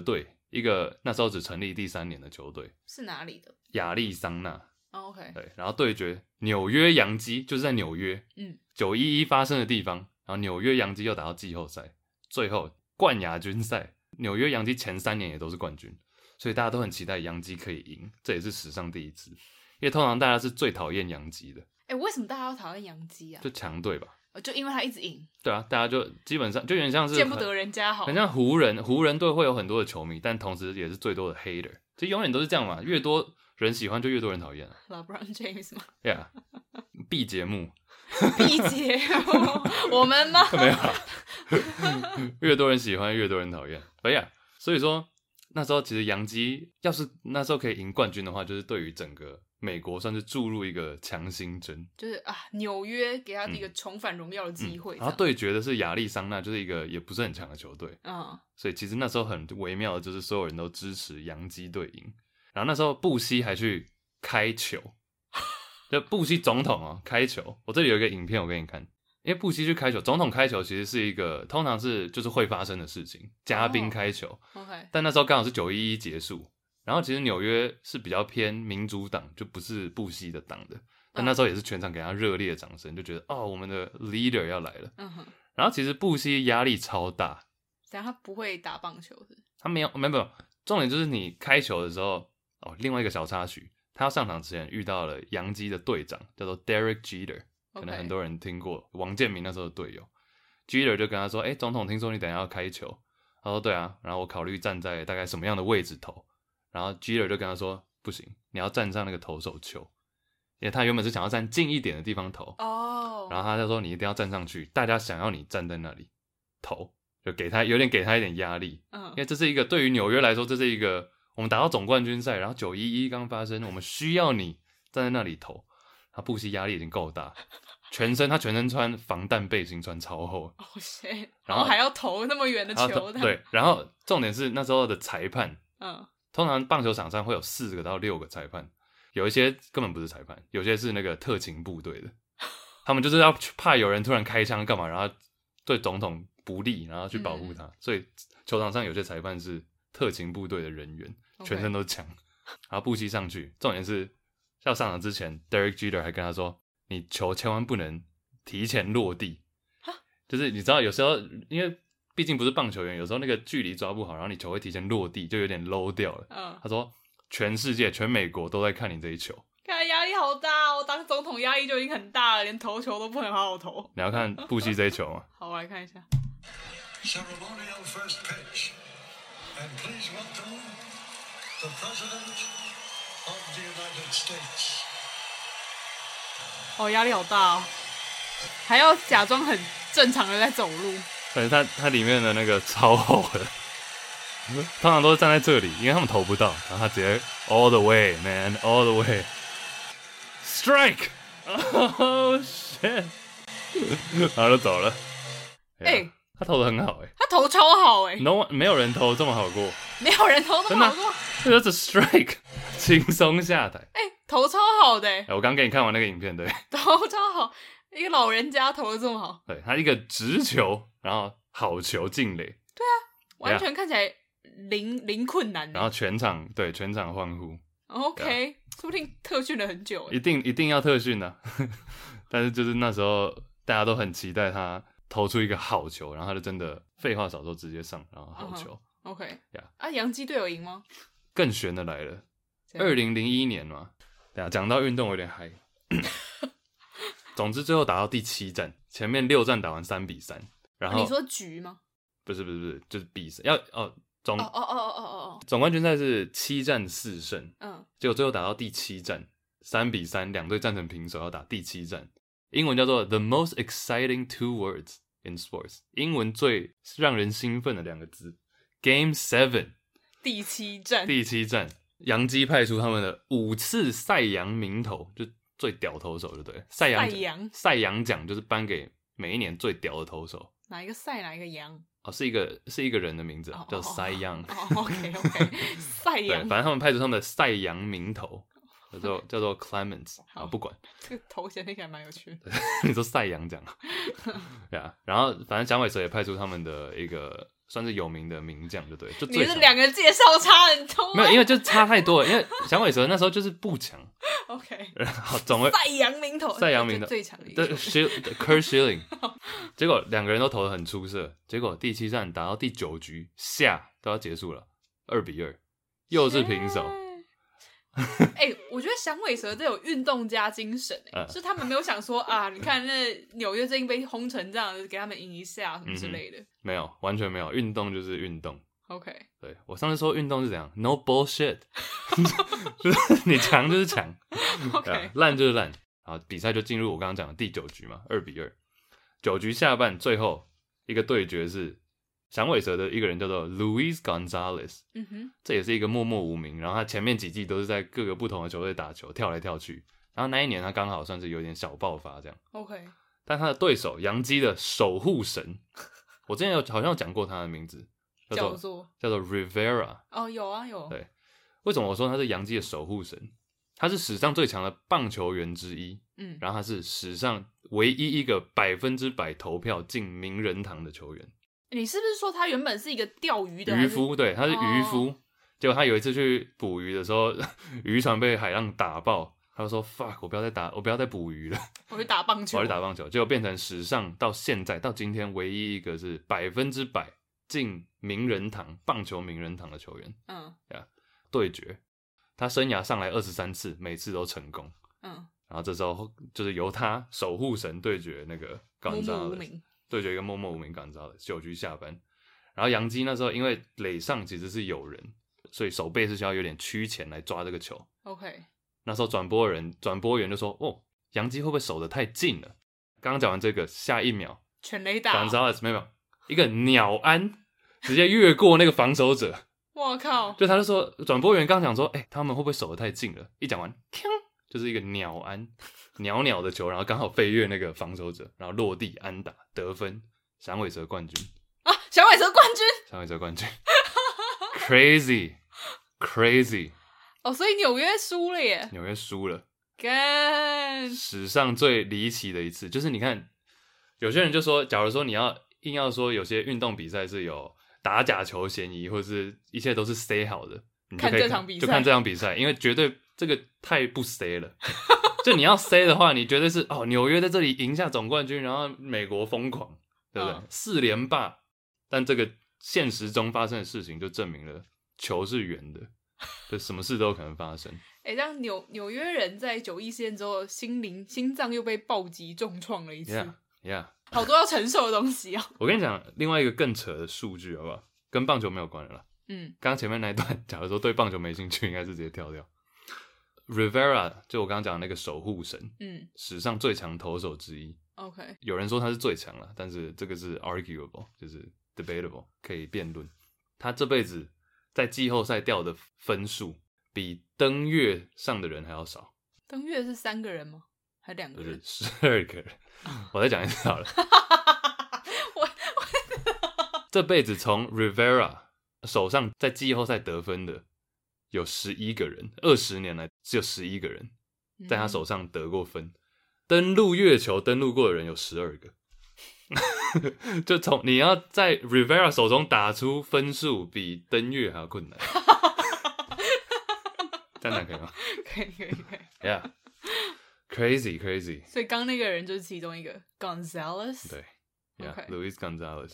一个那时候只成立第3年的球队， 是哪里的？ 亚利桑那。 OK， 对，然后对决纽约洋基，就是在纽约，911发生的地方，然后纽约洋基又打到季后赛，最后冠亚军赛，纽约洋基前3年也都是冠军，所以大家都很期待洋基可以赢，这也是史上第一次，因为通常大家是最讨厌洋基的。 为什么大家要讨厌洋基啊？ 就强队吧。 就因为他一直赢。 对啊，大家就基本上就有点像是见不得人家好， 很像湖人队会有很多的球迷，但同时也是最多的 hater， 就永远都是这样嘛，越多人喜欢就越多人讨厌。 LeBron James 吗 ？Yeah， B 节目， 我们吗？ 没有啦，越多人喜欢越多人讨厌。Yeah， 所以说那时候其实洋基要是那时候可以赢冠军的话，就是对于整个美国算是注入一个强心针， 就是纽约给他一个重返荣耀的机会。 然后对决的是亚利桑那，就是一个也不是很强的球队。所以其实那时候很微妙的就是所有人都支持洋基队赢。然后那时候布希还去开球，就布希总统开球。我这里有一个影片我给你看，因为布希去开球，总统开球其实是一个通常是就是会发生的事情，嘉宾开球。 OK， 但那时候刚好是911结束。然后其实纽约是比较偏民主党，就不是布希的党的，但那时候也是全场给他热烈的掌声，就觉得我们的 leader 要来了。然后其实布希压力超大， 但他不会打棒球的， 他没有，重点就是你开球的时候，另外一个小插曲，他要上场之前遇到了洋基的队长，叫做 Derek Jeter， 可能很多人听过，王建民那时候的队友。Jeter 就跟他说：“总统，听说你等一下要开球。”他说：“对啊。”然后我考虑站在大概什么样的位置投。然后 Jeter 就跟他说：“不行，你要站上那个投手丘，因为他原本是想要站近一点的地方投。然后他就说：“你一定要站上去，大家想要你站在那里投，就有点给他一点压力。因为这是一个对于纽约来说，这是一个我们打到总冠军赛，然后911刚发生，我们需要你站在那里投。他布希压力已经够大，他全身穿防弹背心，穿超厚。 然后还要投那么远的球。 对，然后重点是那时候的裁判，通常棒球场上会有4个到6个裁判，有一些根本不是裁判，有些是那个特勤部队的，他们就是要怕有人突然开枪干嘛，然后对总统不利，然后去保护他，所以球场上有些裁判是特勤部队的人员，全身都是枪。然后布希上去，重点是要上场之前 Derek Jeter 还跟他说：“你球千万不能提前落地。”就是你知道有时候因为毕竟不是棒球员，有时候那个距离抓不好，然后你球会提前落地，就有点 low 掉了。他说全世界全美国都在看你这一球， 看压力好大哦！当总统压力就已经很大了，连投球都不能好好投。 你要看布希这一球吗？ 好，我来看一下。 Ceremonial first pitch, and please welcome the President of the United States. 压力好大哦，还要假装很正常的在走路。 反正它里面的那个超厚的，通常都是站在这里，因为他们投不到，然后他直接 all the way man all the way strike oh shit 然后就走了。他投的很好他投超好没有人投这么好过， 没有人投这么好过， 这就是 strike 轻松下台。 投超好的我刚给你看完那个影片，对， 投超好，一个老人家投的这么好， 对，他一个直球，然后好球进垒， 对啊，完全看起来零困难， 然后全场欢呼。 OK， 说不定特训了很久， 一定要特训的，但是就是那时候大家都很期待他投出一个好球，然后他就真的废话少说直接上，然后好球。 OK， 洋基队有赢吗？ 更悬的来了，2001年嘛，对啊，讲到运动有点嗨。总之最后打到第7战，前面6战打完3-3，然后你说局吗？ 不是，就是比赛要总冠军赛是7战4胜，结果最后打到第7战3-3，两队战成平手，要打第7战。英文叫做 The most exciting 2 words in sports， 英文最让人兴奋的2个字 Game 7， 第7战， 洋基派出他们的5次赛扬名头，就最屌投手，对不对？赛扬奖就是颁给每一年最屌的投手。 哪一个赛，哪一个扬？ 是一个人的名字，叫赛扬。 OK， 赛扬。 对，反正他们派出他们的赛扬名头，叫做 Clemens。不管这个头衔听起来蛮有趣的。 你说赛扬奖，对啊。然后反正响尾蛇也派出他们的一个算是有名的名将，就对，就你最强。 是两个介绍差很多， 没有，因为就差太多了。因为响尾蛇那时候就是不强， OK， 好，总为赛扬名头， 赛扬名头最强的一对个， Kurt Schilling， 结果两个人都投得很出色，结果第7战打到第9局下都要结束了，2-2，又是平手。 我觉得响尾蛇这有运动家精神是他们没有想说啊，你看那纽约最近被轰成这样，给他们赢一下什么之类的。 没有，完全没有，运动就是运动。 OK， 对，我上次说运动是怎样 ，no bullshit， 就是你强就是强 OK， 烂就是烂。好，比赛就进入我刚刚讲的第9局嘛，2-2。9局下半最后一个对决是响尾蛇的一个人叫做 Luis Gonzalez，这也是一个默默无名，然后他前面几季都是在各个不同的球队打球，跳来跳去，然后那一年他刚好算是有点小爆发这样。 OK， 但他的对手洋基的守护神，我之前好像有讲过他的名字，叫做 Rivera。 哦，有啊有。 对，为什么我说他是洋基的守护神？他是史上最强的棒球员之一，然后他是史上唯一一个100%投票进名人堂的球员。 你是不是说他原本是一个钓鱼的渔夫？对，他是渔夫。结果他有一次去捕鱼的时候，渔船被海浪打爆，他就说 ：“fuck， 我不要再捕鱼了， 我去打棒球。” 我去打棒球，结果变成史上到现在到今天唯一一个是100%进名人堂棒球名人堂的球员。对决，他生涯上来23次，每次都成功。然后这时候就是由他守护神对决那个默默无名。 对决一个默默无名感召的9局下半，然后洋基那时候因为垒上其实是有人，所以守备是需要有点趋前来抓这个球。 OK， 那时候转播员就说：“哦，洋基会不会守得太近了？”刚刚讲完这个，下一秒全垒打， 感召没有一个鸟安直接越过那个防守者。 我靠！ 就他就说，转播员刚讲说：“他们会不会守得太近了？”一讲完，就是一个鸟安。袅的球，然后刚好飞越那个防守者，然后落地安打得分，响尾蛇冠军啊！响尾蛇冠军， 响尾蛇冠军，crazy 哦，所以纽约输了耶， 纽约输了， 干史上最离奇的一次。就是你看，有些人就说，假如说你硬要说有些运动比赛是有打假球嫌疑，或者是一切都是 stay 好的，你就可以看这场比赛， 就看这场比赛，因为绝对这个太不 stay 了。就你要 say 的话，你绝对是纽约在这里赢下总冠军，然后美国疯狂，对不对？4连霸，但这个现实中发生的事情就证明了球是圆的，就什么事都有可能发生。 这样纽约人在9·11事件之后，心脏又被暴击重创了一次 ，Yeah， 好多要承受的东西啊。 我跟你讲，另外一个更扯的数据，好不好？跟棒球没有关了啦。刚前面那一段，假如说对棒球没兴趣，应该是直接跳掉。Rivera 就我刚刚讲的那个守护神，史上最强投手之一。 OK， 有人说他是最强了，但是这个是 arguable， 就是 debatable， 可以辩论。他这辈子在季后赛掉的分数比登月上的人还要少。 登月是3个人吗？还2个人？ 就是12个人。我再讲一次好了。这辈子从 Rivera 手上在季后赛得分的有11个人，20年来只有11个人在他手上得过分。登陆月球登陆过的人有12个。就从你要在 Rivera 手中打出分数比登月还要困难。这样讲可以吗？ 可以。 Yeah， crazy。 所以刚那个人就是其中一个 Gonzalez。 对 ，Yeah， Luis Gonzalez。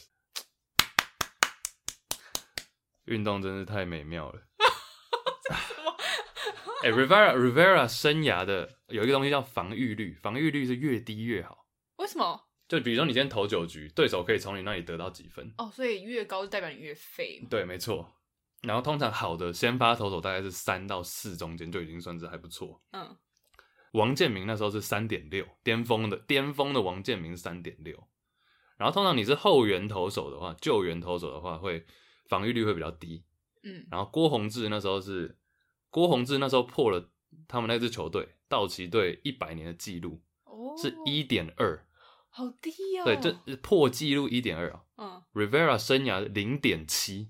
运动真是太美妙了。Rivera 生涯的有一个东西叫防御率，防御率是越低越好。 为什么？ 就比如说你今天投9局，对手可以从你那里得到几分。 所以越高就代表你越废嘛。 对，没错。然后通常好的先发投手大概是3到4中间就已经算是还不错。王建民那时候是 3.6， 巅峰的王建民是 3.6。然后通常你是后援投手的话，救援投手的话会防御率会比较低。然后郭泓志那时候破了他们那支球队道奇队100年的纪录，是 1.2， 好低哦。 对，这破纪录 1.2 啊。Rivera 生涯 0.7，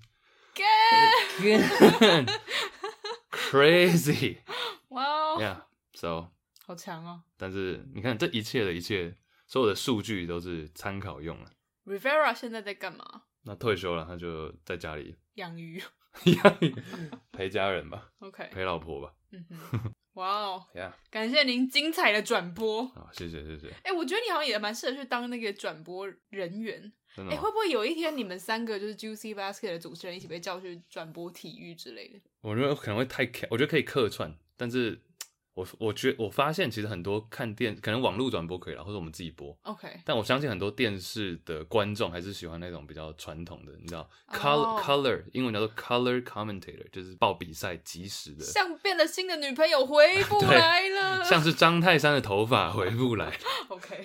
crazy， 哇 ，Yeah， so 好强哦。 但是你看这一切，所有的数据都是参考用的。 Rivera 现在在干嘛？ 那退休了，他就在家里养鱼。 陪家人吧 OK， 陪老婆吧。 哇哦， Yeah， 感谢您精彩的转播。 好，谢谢。 我觉得你好像也蛮适合去当那个转播人员。 真的吗？ 会不会有一天你们3个就是 Juicy Basket 的主持人一起被叫去转播体育之类的？ 我觉得可能会太我觉得可以客串，但是我发现其实很多看可能网络转播可以啦，或者我们自己播。 OK， 但我相信很多电视的观众还是喜欢那种比较传统的，你知道 color 英文叫做 color commentator， 就是报比赛即时的， 像变了心的女朋友回不来了， 像是张泰山的头发回不来。 OK，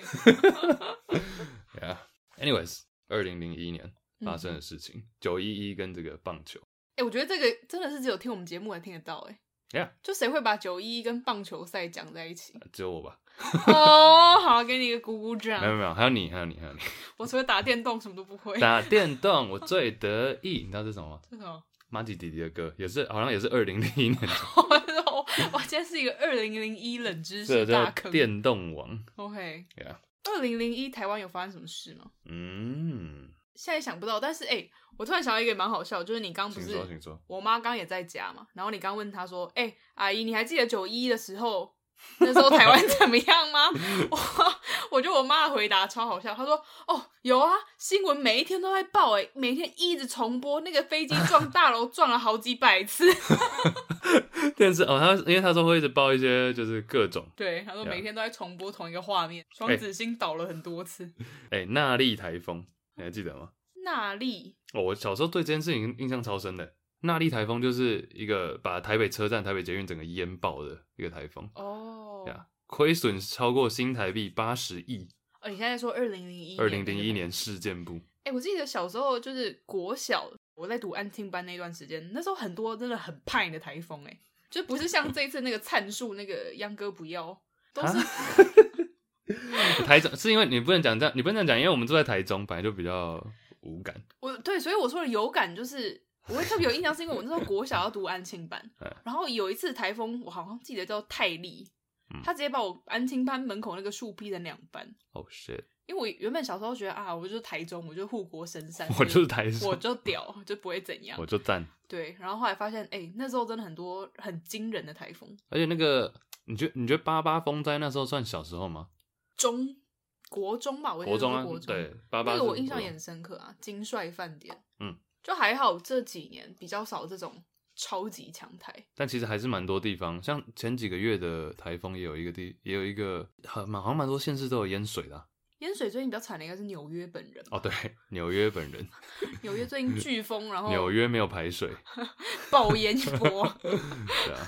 yeah，anyways， 2001年发生的事情，911跟这个棒球。 我觉得这个真的是只有听我们节目才听得到 Yeah， 就谁会把911跟棒球赛讲在一起？ 只有我吧。 哦，好，给你一个鼓鼓掌。 没有，还有你。 我除了打电动什么都不会。 打电动我最得意，你知道这是什么吗？ 这是什么？ 马吉弟弟的歌，好像也是2001年。 哇，今天是一个2001冷知识这叫大坑。 电动王。 OK， Yeah， 2001台湾有发生什么事吗？现在想不到，但是我突然想到一个蛮好笑，就是你刚不是， 请说， 我妈刚也在家嘛，然后你刚问她说，阿姨，你还记得911的时候，那时候台湾怎么样吗？我觉得我妈的回答超好笑，她说，有啊，新闻每一天都在报，每天一直重播那个飞机撞大楼撞了好几百次。 电视因为他说会一直报一些就是各种， 对，他说每天都在重播同一个画面，双子星倒了很多次。 纳莉台风。你还记得吗？ 纳莉我小时候对这件事情印象超深的。纳莉台风就是一个把台北车站、台北捷运整个淹爆的一个台风。亏损超过新台币80亿。 你现在说2001 年事件部。 我记得小时候就是国小，我在读安亲班那段时间，那时候很多真的很派的台风，就不是像这一次那个灿树那个秧歌不要，都是。 台中是因为你不能讲这样，因为我们住在台中，本来就比较无感。 对，所以我说的有感就是我会特别有印象，是因为我那时候国小要读安亲班，然后有一次台风，我好像记得叫泰利，他直接把我安亲班门口那个树劈成2半。 Oh shit！ 因为我原本小时候觉得我就是台中，我就护国神山， 我就是台中， 我就屌，就不会怎样， 我就赞。 对，然后后来发现，那时候真的很多很惊人的台风， 而且那个你觉得88风灾那时候算小时候吗？ 国中吧，我国中啊， 国中对，88 那个我印象也很深刻啊，金帅饭店， 嗯， 就还好这几年比较少这种超级强台， 但其实还是蛮多地方，像前几个月的台风也有一个好像蛮多县市都有淹水的啊。 淹水最近比较惨的应该是纽约本人哦，对，纽约本人， 纽约最近飓风，然后纽约没有排水， 爆淹一波。 对啊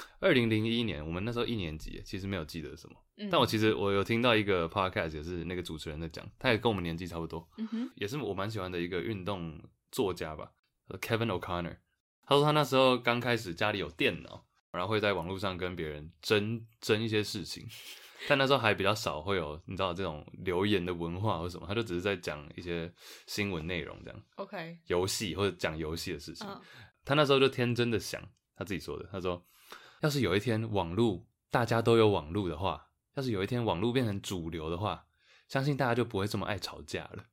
，2001年我们那时候1年级，其实没有记得什么，但我有听到一个 podcast， 也是那个主持人在讲，他也跟我们年纪差不多，也是我蛮喜欢的一个运动作家吧 ，Kevin O'Connor。他说他那时候刚开始家里有电脑，然后会在网络上跟别人争一些事情，但那时候还比较少会有你知道这种留言的文化或什么，他就只是在讲一些新闻内容这样 ，OK， 游戏或者讲游戏的事情。他那时候就天真的想，他自己说的，他说要是有一天网络大家都有网络的话，要是有一天网络变成主流的话，相信大家就不会这么爱吵架了。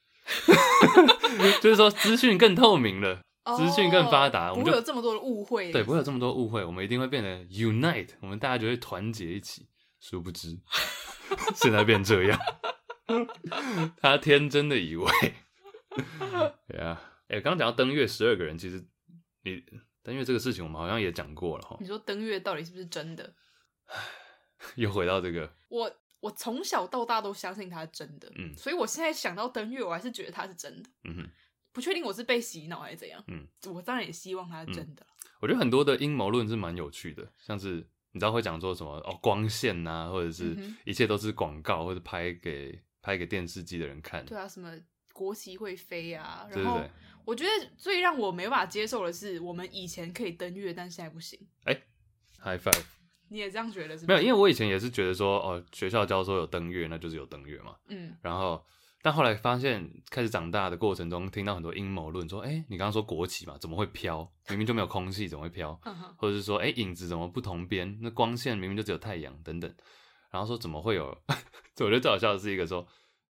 就是说资讯更透明了，资讯更发达，我们就不会有这么多的误会。 对，不会有这么多误会，我们一定会变得 unite， 我们大家就会团结一起。殊不知，现在变这样。他天真的以为，对啊，刚刚讲到登月12个人，其实登月这个事情，我们好像也讲过了哈。 你说登月到底是不是真的？ 又回到这个， 我从小到大都相信它是真的，所以我现在想到登月，我还是觉得它是真的，不确定我是被洗脑还是怎样，我当然也希望它是真的。 我觉得很多的阴谋论是蛮有趣的，像是你知道会讲说什么光线啊，或者是一切都是广告，或者拍给电视机的人看， 对啊，什么国旗会飞啊， 对然后我觉得最让我没办法接受的是，我们以前可以登月，但现在不行。 High five。 你也这样觉得是吗？ 没有，因为我以前也是觉得说，学校教说有登月，那就是有登月嘛。然后，但后来发现，开始长大的过程中，听到很多阴谋论，说，你刚刚说国旗嘛，怎么会飘？明明就没有空气，怎么会飘？或者是说，影子怎么不同边？那光线明明就只有太阳等等。然后说怎么会有？我觉得最好笑的是一个说，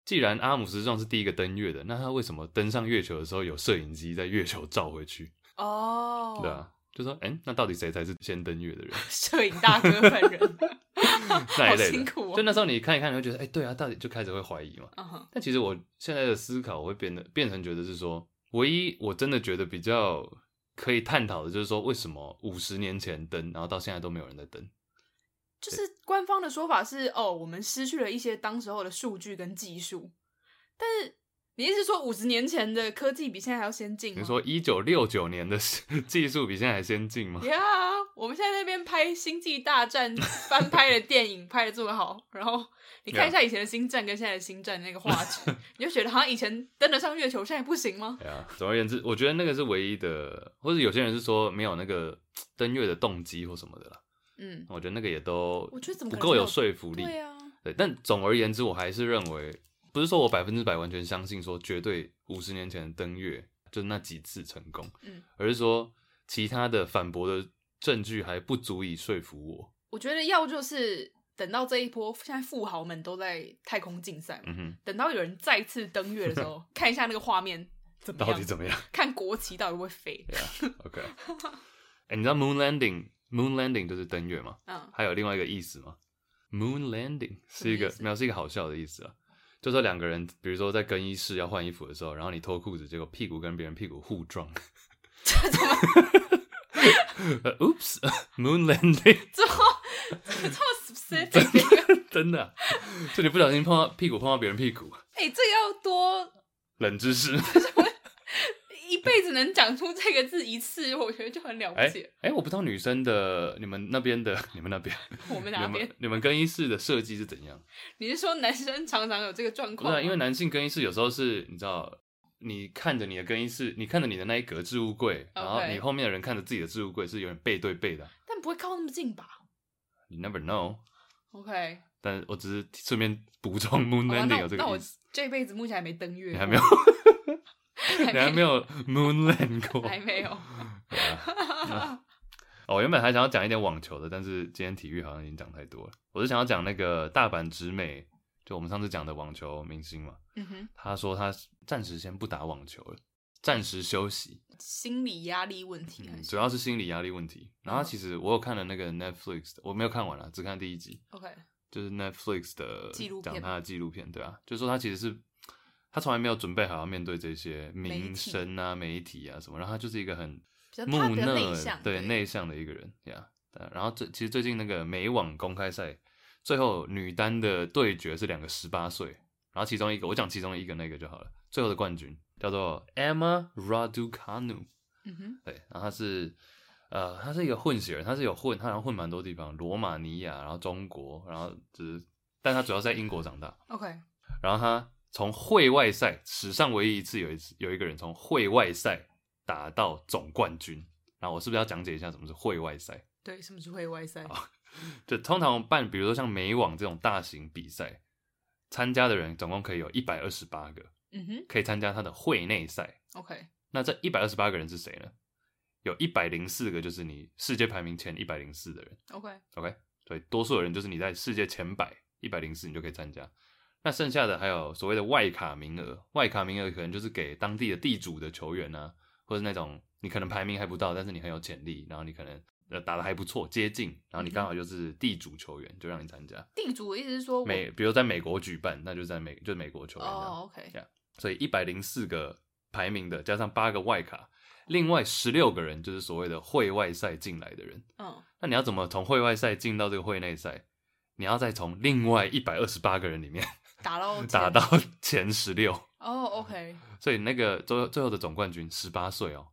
既然阿姆斯壮是第一个登月的，那他为什么登上月球的时候有摄影机在月球照回去？ 哦， 对啊，就说那到底谁才是先登月的人？ 摄影大哥本人， 那一类的， 好辛苦哦。 就那时候你看一看，你会觉得，对啊，到底就开始会怀疑嘛。但其实我现在的思考，我会变成觉得是说，唯一我真的觉得比较可以探讨的，就是说为什么50年前登，然后到现在都没有人在登。 就是官方的说法是，我们失去了一些当时候的数据跟技术，但是你意思是说50年前的科技比现在还要先进吗？ 你说1969年的技术比现在还先进吗？ 呀、我们现在那边拍《星际大战》翻拍的电影拍的这么好，然后你看一下以前的星战跟现在的星战那个画质，你就觉得好像以前登得上月球，现在不行吗？ 对啊，总而言之，我觉得那个是唯一的，或者有些人是说没有那个登月的动机或什么的啦。我觉得那个也都我觉得怎么不够有说服力。 对啊， 对，但总而言之，我还是认为，不是说我100%完全相信说绝对50年前的登月就是那几次成功，而是说其他的反驳的证据还不足以说服我。 我觉得要就是等到这一波现在富豪们都在太空竞赛嘛，等到有人再次登月的时候，看一下那个画面怎么样， 到底怎么样？ 看国旗到底会不会飞。 OK， 你知道 moon landing 就是登月嘛？还有另外一个意思吗？ Moon landing 是一个描述一个好笑的意思啊，就说两个人，比如说在更衣室要换衣服的时候，然后你脱裤子，结果屁股跟别人屁股互撞。 这怎么 ？Oops， moon landing， 这么 specific， 真的、就你不小心屁股碰到别人屁股。 这个要多冷知识。 一辈子能讲出这个字一次，我觉得就很了不起。 我不知道女生的你们那边， 我们哪边？ 你们更衣室的设计是怎样？ 你是说男生常常有这个状况吗？ 不是、因为男性更衣室有时候是你知道，你看着你的更衣室，你看着你的那一格置物柜，然后你后面的人看着自己的置物柜，是有点背对背的， 但不会靠那么近吧？ You never know。 OK， 但我只是顺便补充 moon landing 有这个意思。 那我这辈子目前还没登月， 你还没有你还没有 moon land 过？ 还没有。 我原本还想要讲一点网球的，但是今天体育好像已经讲太多了。我是想要讲那个大阪直美，就我们上次讲的网球明星嘛。他说他暂时先不打网球了，暂时休息， 心理压力问题还是主要是心理压力问题。然后其实我有看了那个 Netflix， 我没有看完了，只看第1集。 OK， 就是 Netflix 的纪录片， 讲他的纪录片，对啊，就是说他其实是他从来没有准备好要面对这些民生啊、媒体啊什么，然后他就是一个很木讷、内向的一个人呀。然后其实最近那个美网公开赛，最后女单的对决是2个18岁，然后其中一个我讲其中一个那个就好了，最后的冠军叫做 Emma Raducanu，对，然后他是一个混血人，他好像混蛮多地方，罗马尼亚，然后中国，然后但他主要是在英国长大。 OK， 然后他从会外赛史上唯一一次有一个人从会外赛打到总冠军。然后我是不是要讲解一下什么是会外赛？ 对，什么是会外赛？ 就通常办，比如说像美网这种大型比赛，参加的人总共可以有128个，可以参加他的会内赛。 OK， 那这128个人是谁呢？有104个就是你世界排名前104的人。OK， 对，多数的人就是你在世界前104你就可以参加。那剩下的还有所谓的外卡名额，外卡名额可能就是给当地的地主的球员啊，或者那种你可能排名还不到，但是你很有潜力，然后你可能打得还不错，接近，然后你刚好就是地主球员，就让你参加。 地主的意思是说比如在美国举办，那就是就是美国球员。 OK， 所以104个排名的加上8个外卡，另外16个人就是所谓的会外赛进来的人。那你要怎么从会外赛进到这个会内赛？你要再从另外128个人里面打到前16。 OK， 所以那个最后的总冠军18岁哦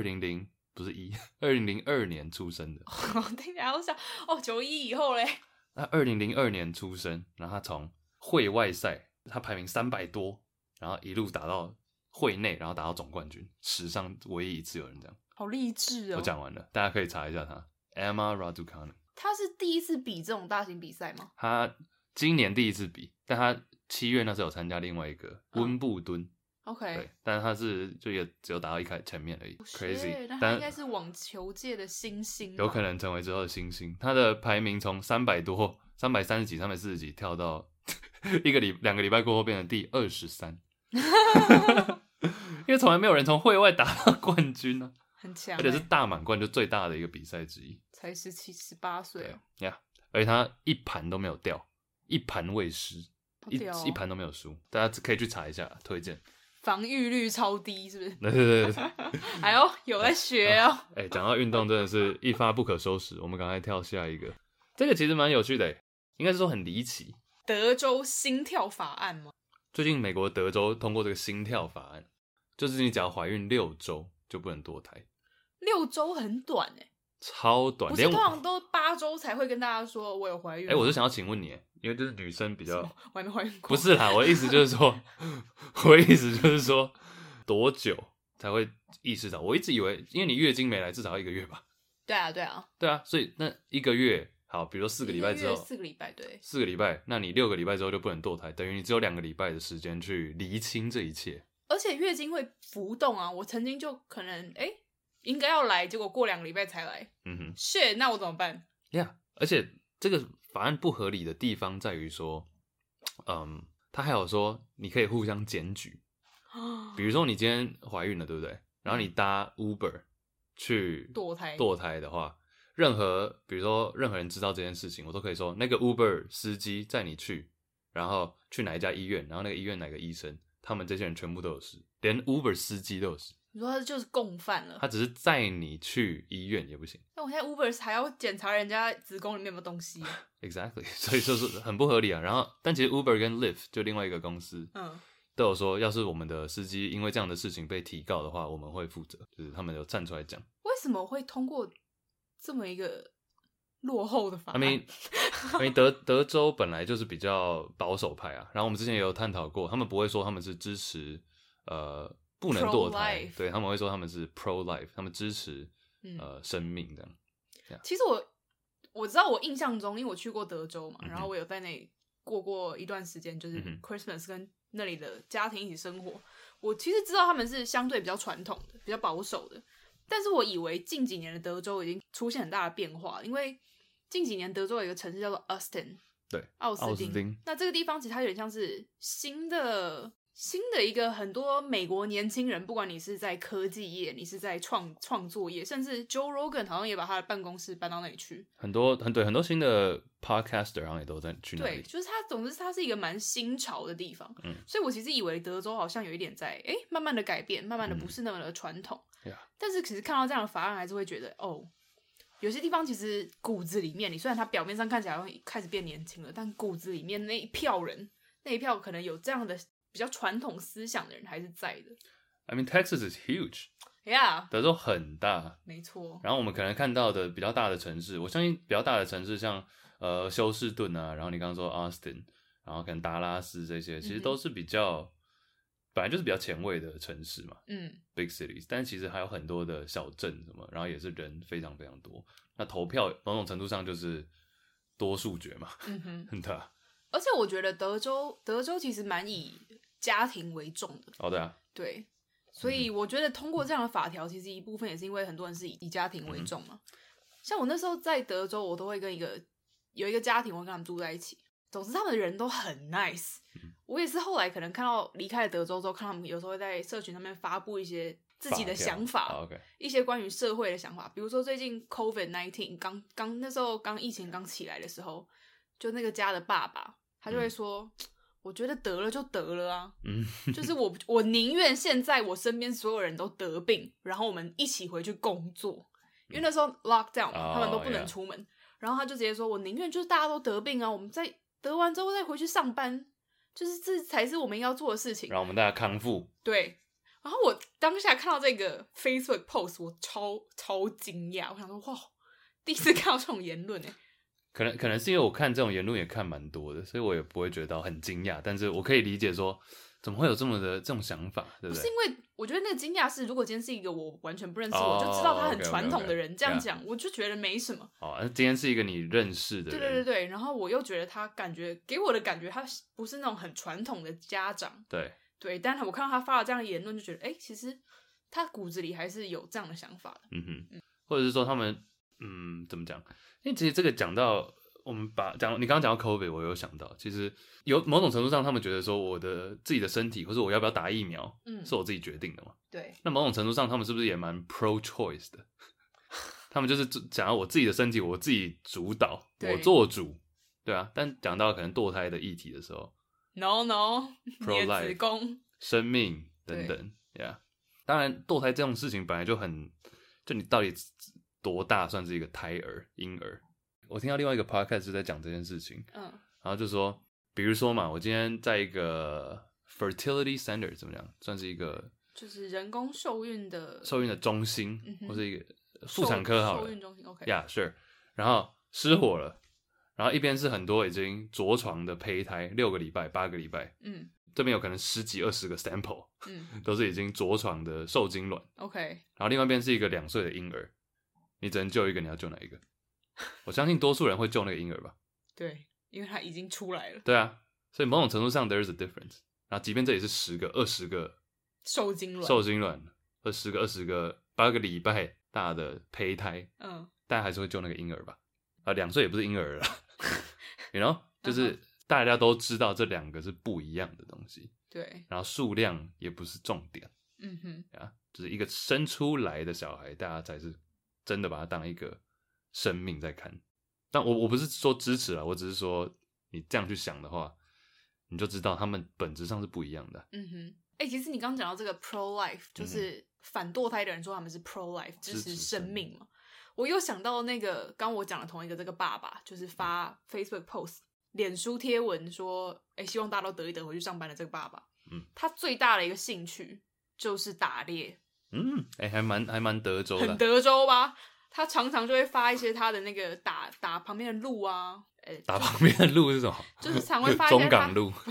，2002年出生的。 听起来好像91以后嘞。 那2002年出生，然后他从会外赛他排名300多，然后一路打到会内，然后打到总冠军，史上唯一一次有人这样。 好励志哦！ 我讲完了，大家可以查一下他 Emma Raducanu。 他是第一次比这种大型比赛吗？ 他今年第一次比，但他7月那时候有参加另外一个温布敦。 OK， 对，但是他就也只有打到前面而已。Crazy， 那他应该是网球界的新星， 有可能成为之后的新星。他的排名从300多、330几、340几跳到 2个礼拜过后变成第23，因为从来没有人从会外打到冠军啊， 很强、 而且是大满贯，就最大的一个比赛之一， 才17、18岁哦， 呀，而且他一盘都没有掉，一盘未失，一盘都没有输，大家可以去查一下，推荐。 防御率超低，是不是？ 对。 哎呦，有在学哦。 讲到运动真的是一发不可收拾，我们赶快跳下一个。这个其实蛮有趣的，应该是说很离奇。 德州心跳法案吗？ 最近美国德州通过这个心跳法案，就是你只要怀孕6周就不能堕胎。 6周很短超短， 不是通常都8周才会跟大家说我有怀孕。 我是想要请问你，因为就是女生比较， 我还没怀孕过。 不是啦，我的意思就是说，多久才会意识到？我一直以为，因为你月经没来，至少要1个月吧？ 对啊， 所以那1个月，好，比如说4个礼拜之后 ，4个礼拜，对 ，4个礼拜，那你6个礼拜之后就不能堕胎，等于你只有2个礼拜的时间去厘清这一切。 而且月经会浮动啊，我曾经就可能应该要来，结果过2个礼拜才来。shit， 那我怎么办？ 而且这个法案不合理的地方在于说，他还有说你可以互相检举，比如说你今天怀孕了，对不对？然后你搭 Uber 去堕胎的话，比如说任何人知道这件事情，我都可以说那个 Uber 司机载你去，然后去哪一家医院，然后那个医院哪个医生，他们这些人全部都有事，连 Uber 司机都有事。 你说他就是共犯了， 他只是载你去医院也不行。 那我现在 Uber 还要检查人家子宫里面有没有东西 Exactly， 所以就是很不合理啊。然后，但其实 Uber 跟 Lyft 就另外一个公司，都有说，要是我们的司机因为这样的事情被提告的话，我们会负责，就是他们有站出来讲。 为什么会通过这么一个落后的法案？ 德州本来就是比较保守派啊。然后我们之前也有探讨过，他们不会说他们是支持不能堕胎，对，他们会说他们是 pro life， 他们支持生命这样。 其实我知道，我印象中，因为我去过德州嘛，然后我有在那里过一段时间，就是 Christmas 跟那里的家庭一起生活。我其实知道他们是相对比较传统的、比较保守的，但是我以为近几年的德州已经出现很大的变化，因为近几年德州有一个城市叫做 Austin， 对， 奥斯汀。那这个地方其实它有点像是新的一个很多美国年轻人，不管你是在科技业，你是在创作业，甚至 Joe Rogan 好像也把他的办公室搬到那里去。很多新的 podcaster 好像也都在去那里。 对，就是总之它是一个蛮新潮的地方。所以我其实以为德州好像有一点在慢慢的改变，慢慢的不是那么的传统。但是其实看到这样的法案，还是会觉得有些地方其实骨子里面，你虽然它表面上看起来好像开始变年轻了，但骨子里面那一票人，那一票可能有这样的比较传统思想的人还是在的。 I mean, Texas is huge. Yeah， 德州很大， 没错。 然后我们可能看到的比较大的城市，我相信比较大的城市像休斯顿啊，然后你刚刚说 Austin， 然后可能达拉斯这些，其实都是本来就是比较前卫的城市嘛，big cities， 但其实还有很多的小镇什么，然后也是人非常非常多。那投票某种程度上就是多数决嘛，对啊。 而且我觉得德州其实蛮以家庭为重的。 对啊。 对，所以我觉得通过这样的法条，其实一部分也是因为很多人是以家庭为重嘛。像我那时候在德州，我都会跟有一个家庭，我跟他们住在一起。总之他们的人都很 nice。我也是后来可能看到离开了德州之后，看他们有时候会在社群上面发布一些自己的想法，一些关于社会的想法。比如说最近 COVID-19 那时候疫情刚起来的时候，就那个家的爸爸他就会说，我觉得得了就得了啊，就是我宁愿现在我身边所有人都得病，然后我们一起回去工作，因为那时候 lockdown 嘛，他们都不能出门。然后他就直接说，我宁愿就是大家都得病啊，我们在得完之后再回去上班，就是这才是我们要做的事情， 让我们大家康复。 对。然后我当下看到这个 Facebook post， 我超惊讶，我想说哇，第一次看到这种言论可能是因为我看这种言论也看蛮多的，所以我也不会觉得到很惊讶，但是我可以理解说怎么会有这种想法，对不对？ 不是因为我觉得那个惊讶是，如果今天是一个我完全不认识，我就知道他很传统的人这样讲，我就觉得没什么。 今天是一个你认识的人， 对，然后我又觉得他给我的感觉，他不是那种很传统的家长，对，但我看到他发了这样的言论，就觉得其实他骨子里还是有这样的想法的。 或者是说他们怎么讲？因为其实这个讲到我们你刚刚讲到 COVID， 我有想到，其实有某种程度上，他们觉得说我的自己的身体，或者我要不要打疫苗，是我自己决定的嘛。 对。 那某种程度上，他们是不是也蛮 pro choice 的？他们就是讲到我自己的身体，我自己主导，我做主，对啊。但讲到可能堕胎的议题的时候 ，no， pro 你的子宫、 生命等等 ，yeah。当然，堕胎这种事情本来就就你到底多大算是一个婴儿？我听到另外一个 podcast 是在讲这件事情，然后就说，比如说嘛，我今天在一个 fertility center 怎么讲，算是一个就是人工受孕的中心，或是一个妇产科好了， 受孕中心 ，OK， yeah sure， 然后失火了，然后一边是很多已经着床的胚胎，6个礼拜、8个礼拜，这边有可能10几20个 sample，都是已经着床的受精卵 ，OK， 然后另外一边是一个2岁的婴儿，你只能救一个，你要救哪一个？我相信多数人会救那个婴儿吧。 对，因为他已经出来了。 对啊，所以某种程度上 there's a difference。然后即便这里是10个、20个受精卵 ，10个、20个、8个礼拜大的胚胎，大家还是会救那个婴儿吧。2岁也不是婴儿了，you know， 就是大家都知道这2个是不一样的东西。 对， 然后数量也不是重点。就是一个生出来的小孩，大家才是真的把它当一个生命在看。但我不是说支持啦，我只是说你这样去想的话，你就知道他们本质上是不一样的。 其实你刚刚讲到这个 pro life， 就是反堕胎的人说他们是 pro life， 支持生命嘛。我又想到那个刚我讲的同一个这个爸爸，就是发 Facebook post、脸书贴文说，希望大家都得一得回去上班的这个爸爸，他最大的一个兴趣就是打猎。 还蛮德州的， 很德州吧？他常常就会发一些他的那个打旁边的鹿啊， 打旁边的鹿是什么？ 就是常会发一些中港路。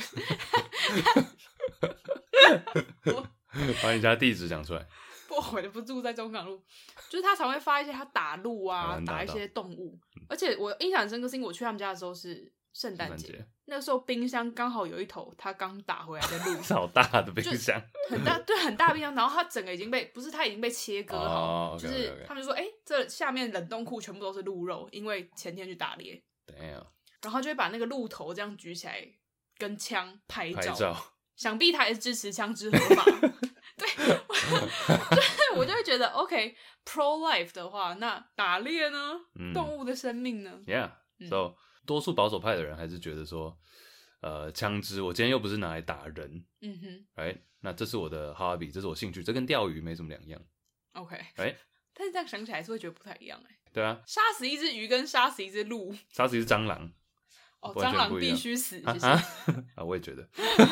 把你家地址讲出来。 不，我就不住在中港路。就是他常会发一些他打鹿啊，打一些动物。而且我印象很深刻，是因为我去他们家的时候是圣诞节，那个时候冰箱刚好有一头他刚打回来的鹿， 好大的冰箱， 很大，对，很大冰箱。然后它整个已经被它已经被切割好，就是他们就说，这下面冷冻库全部都是鹿肉，因为前天去打猎。然后就会把那个鹿头这样举起来，跟枪拍照。想必他也是支持枪支合法。对，我就会觉得 OK pro life 的话，那打猎呢？动物的生命呢 ？Yeah，so 多数保守派的人还是觉得说，枪支我今天又不是拿来打人，right？ 那这是我的 hobby， 这是我兴趣，这跟钓鱼没什么两样 ，OK，right？ 但是这样想起来是会觉得不太一样对啊， 杀死一只鱼跟杀死一只鹿， 杀死一只蟑螂， 蟑螂必须死，谢谢。 我也觉得。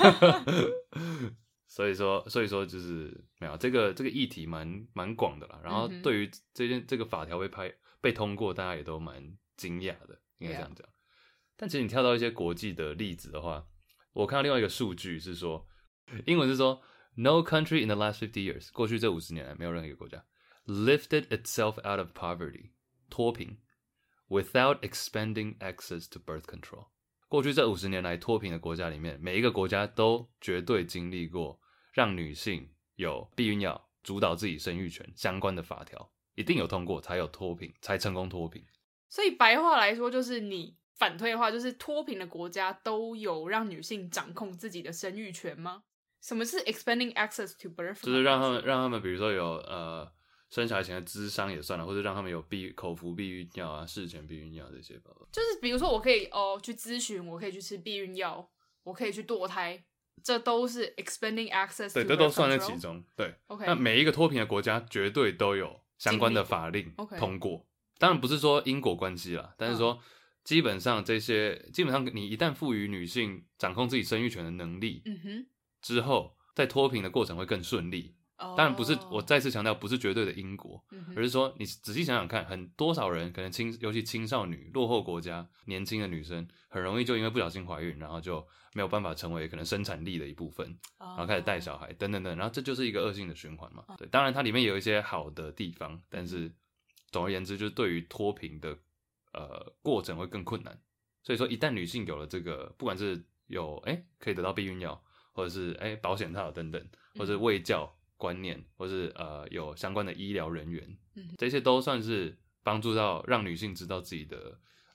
所以说就是没有这个议题蛮广的啦。然后对于这个法条被通过，大家也都蛮惊讶的，应该这样讲。但其实你跳到一些国际的例子的话，我看到另外一个数据是说，英文是说 No country in the last 50 years， 过去这50年来没有任何一个国家 lifted itself out of poverty， 脱贫 without expanding access to birth control。过去这50年来脱贫的国家里面，每一个国家都绝对经历过让女性有避孕药、主导自己生育权相关的法条，一定有通过才有脱贫，才成功脱贫。 所以白话来说，就是你反推的话，就是脱贫的国家都有让女性掌控自己的生育权吗？什么是 expanding access to birth？ 就是让他们比如说有生小孩前的諮商也算了，或者让他们有口服避孕药啊、事前避孕药这些吧。 就是比如说我可以去咨询，我可以去吃避孕药，我可以去堕胎，这都是 expanding access to birth control。 对， 这都算在其中。对 ，OK。 那每一个脱贫的国家绝对都有相关的法令通过。当然不是说因果关系啦，但是说基本上你一旦赋予女性掌控自己生育权的能力，之后在脱贫的过程会更顺利。当然不是，我再次强调，不是绝对的因果，而是说你仔细想想看，多少人可能尤其青少女、落后国家、年轻的女生，很容易就因为不小心怀孕，然后就没有办法成为可能生产力的一部分，然后开始带小孩等等等，然后这就是一个恶性的循环嘛。对，当然它里面也有一些好的地方，但是总而言之，就是对于脱贫的过程会更困难。所以说，一旦女性有了这个，不管是有可以得到避孕药，或者是保险套等等，或者是卫教观念，或是有相关的医疗人员，这些都算是帮助到让女性知道自己的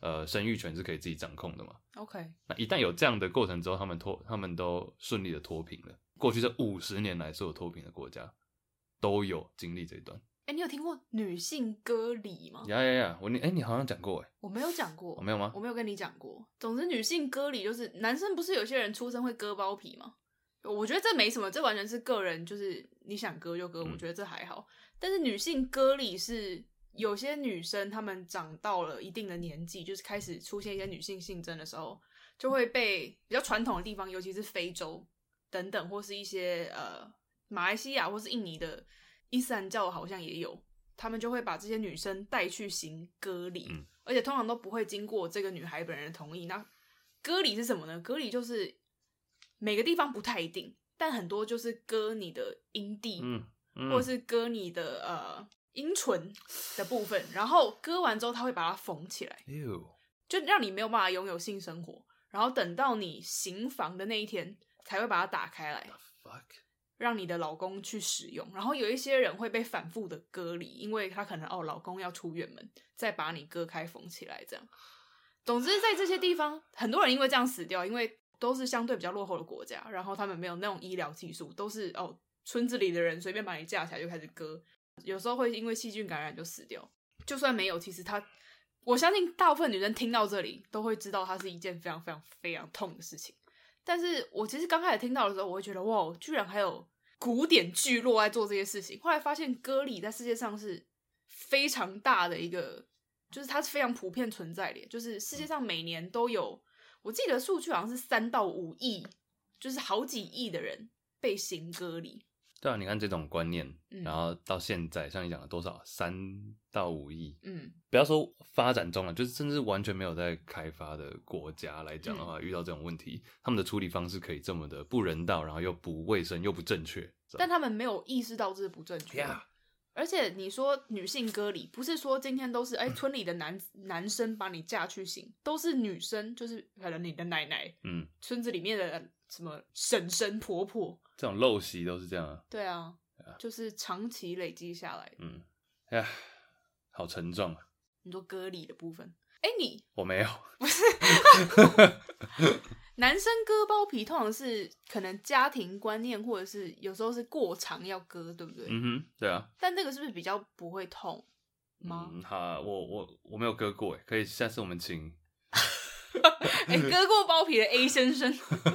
生育权是可以自己掌控的嘛。 OK， 那一旦有这样的过程之后，他们都顺利的脱贫了。过去这50年来，所有脱贫的国家都有经历这一段。 你有听过女性割礼吗？ 呀，你好像讲过我没有讲过。 我没有吗？ 我没有跟你讲过。总之，女性割礼就是男生不是有些人出生会割包皮吗？我觉得这没什么，这完全是个人，就是你想割就割，我觉得这还好。但是女性割礼是有些女生她们长到了一定的年纪，就是开始出现一些女性性征的时候，就会被比较传统的地方，尤其是非洲等等，或是一些马来西亚或是印尼的伊斯兰教好像也有，他们就会把这些女生带去行割礼，而且通常都不会经过这个女孩本人的同意。那割礼是什么呢？割礼就是每个地方不太一定，但很多就是割你的阴蒂，或者是割你的阴唇的部分，然后割完之后他会把它缝起来，就让你没有办法拥有性生活，然后等到你行房的那一天才会把它打开来，让你的老公去使用。然后有一些人会被反复的割礼，因为他可能老公要出远门，再把你割开缝起来这样。总之在这些地方很多人因为这样死掉，因为都是相对比较落后的国家，然后他们没有那种医疗技术，都是村子里的人随便把你架起来就开始割，有时候会因为细菌感染就死掉。就算没有，其实我相信大部分女生听到这里都会知道它是一件非常非常非常痛的事情。但是我其实刚开始听到的时候，我会觉得哇，居然还有古典聚落在做这些事情。后来发现割礼在世界上是非常大的一个，就是它是非常普遍存在的，就是世界上每年都有，我记得数据好像是3到5亿，就是好几亿的人被行割礼。 对啊，你看这种观念，然后到现在像你讲的多少3到5亿，不要说发展中了，就是甚至完全没有在开发的国家来讲的话，遇到这种问题，他们的处理方式可以这么的不人道，然后又不卫生又不正确， 但他们没有意识到这是不正确的。而且你说女性割礼，不是说今天都是村里的男生把你嫁去行，都是女生，就是可能你的奶奶，村子里面的什么婶婶婆婆， 这种陋习都是这样啊。 对啊，就是长期累积下来。 好沉重啊。 你说割礼的部分， 我没有， 不是男生割包皮通常是可能家庭观念，或者是有时候是过长要割，对不对？ 对啊。 但这个是不是比较不会痛吗？ 好，我没有割过，可以下次我们请割过包皮的 A 先生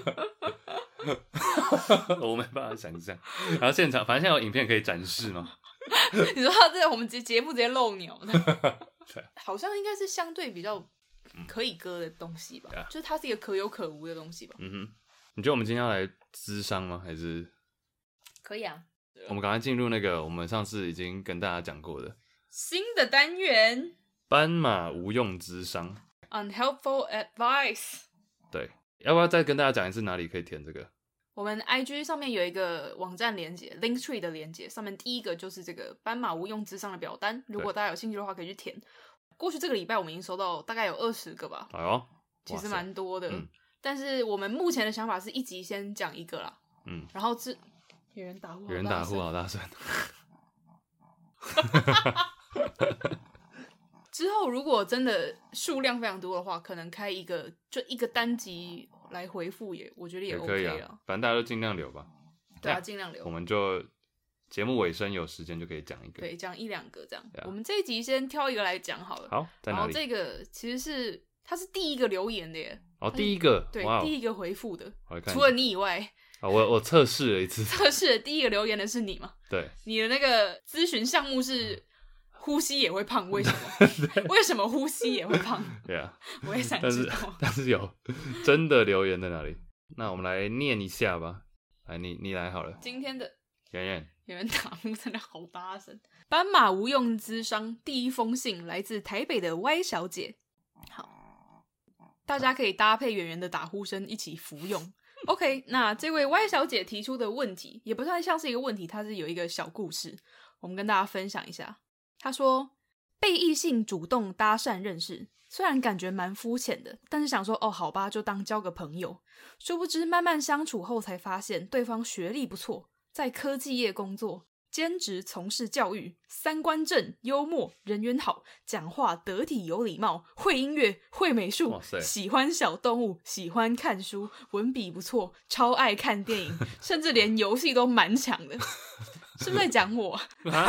我没办法想象。然后现场反正现在有影片可以展示吗？ 你说他在我们节目直接露鸟的好像应该是相对比较可以割的东西吧，就是它是一个可有可无的东西吧。 你觉得我们今天要来諮商吗？还是可以啊？ 我们赶快进入那个我们上次已经跟大家讲过的新的单元—— 斑马无用諮商 （Unhelpful Advice）。 对，要不要再跟大家讲一次哪里可以填这个？ 我们 IG 上面有一个网站连结 Linktree 的连结，上面第一个就是这个斑马无用諮商的表单，如果大家有兴趣的话可以去填。过去这个礼拜我们已经收到大概有20个吧，其实蛮多的。但是我们目前的想法是一集先讲一个啦，然后有人打呼好大声之后如果真的数量非常多的话，可能开一个单集来回复我觉得也 OK 可以啊，反正大家都尽量留吧。 对啊，尽量留。 我们就节目尾声有时间就可以讲一个， 对，讲1-2个这样。我们这一集先挑一个来讲好了。 好，在哪里？ 然后这个其实它是第一个留言的耶。 第一个， 对，第一个回复的，除了你以外。 我测试了一次， 测试的第一个留言的是你嘛？ 对， 你的那个咨询项目是呼吸也会胖，为什么？为什么呼吸也会胖？ 对啊， 我也想知道。 但是有真的留言在哪里？那我们来念一下吧。来，你来好了。 今天的圆圆打呼真的好大声。斑马无用諮商第一封信来自台北的 Y 小姐。好，大家可以搭配圆圆的打呼声一起服用。OK， 那这位 Y 小姐提出的问题也不太像是一个问题，它是有一个小故事，我们跟大家分享一下。她说，被异性主动搭讪认识，虽然感觉蛮肤浅的，但是想说好吧，就当交个朋友。殊不知慢慢相处后才发现对方学历不错，在科技业工作， 兼职从事教育，三观正，幽默，人缘好，讲话得体有礼貌，会音乐，会美术，喜欢小动物，喜欢看书，文笔不错，超爱看电影，甚至连游戏都蛮强的。是不是在讲我？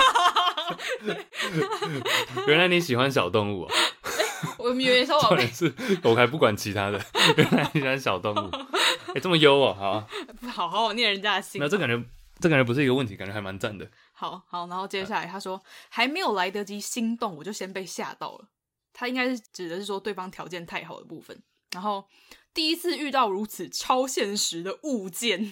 原来你喜欢小动物哦！ 我以为说重点是我还不管其他的，原来你喜欢小动物，这么优哦，好好念人家的心。 那这感觉不是一个问题，感觉还蛮赞的。 好，然后接下来他说，还没有来得及心动，我就先被吓到了。他应该是指的是说对方条件太好的部分。然后第一次遇到如此超现实的物件，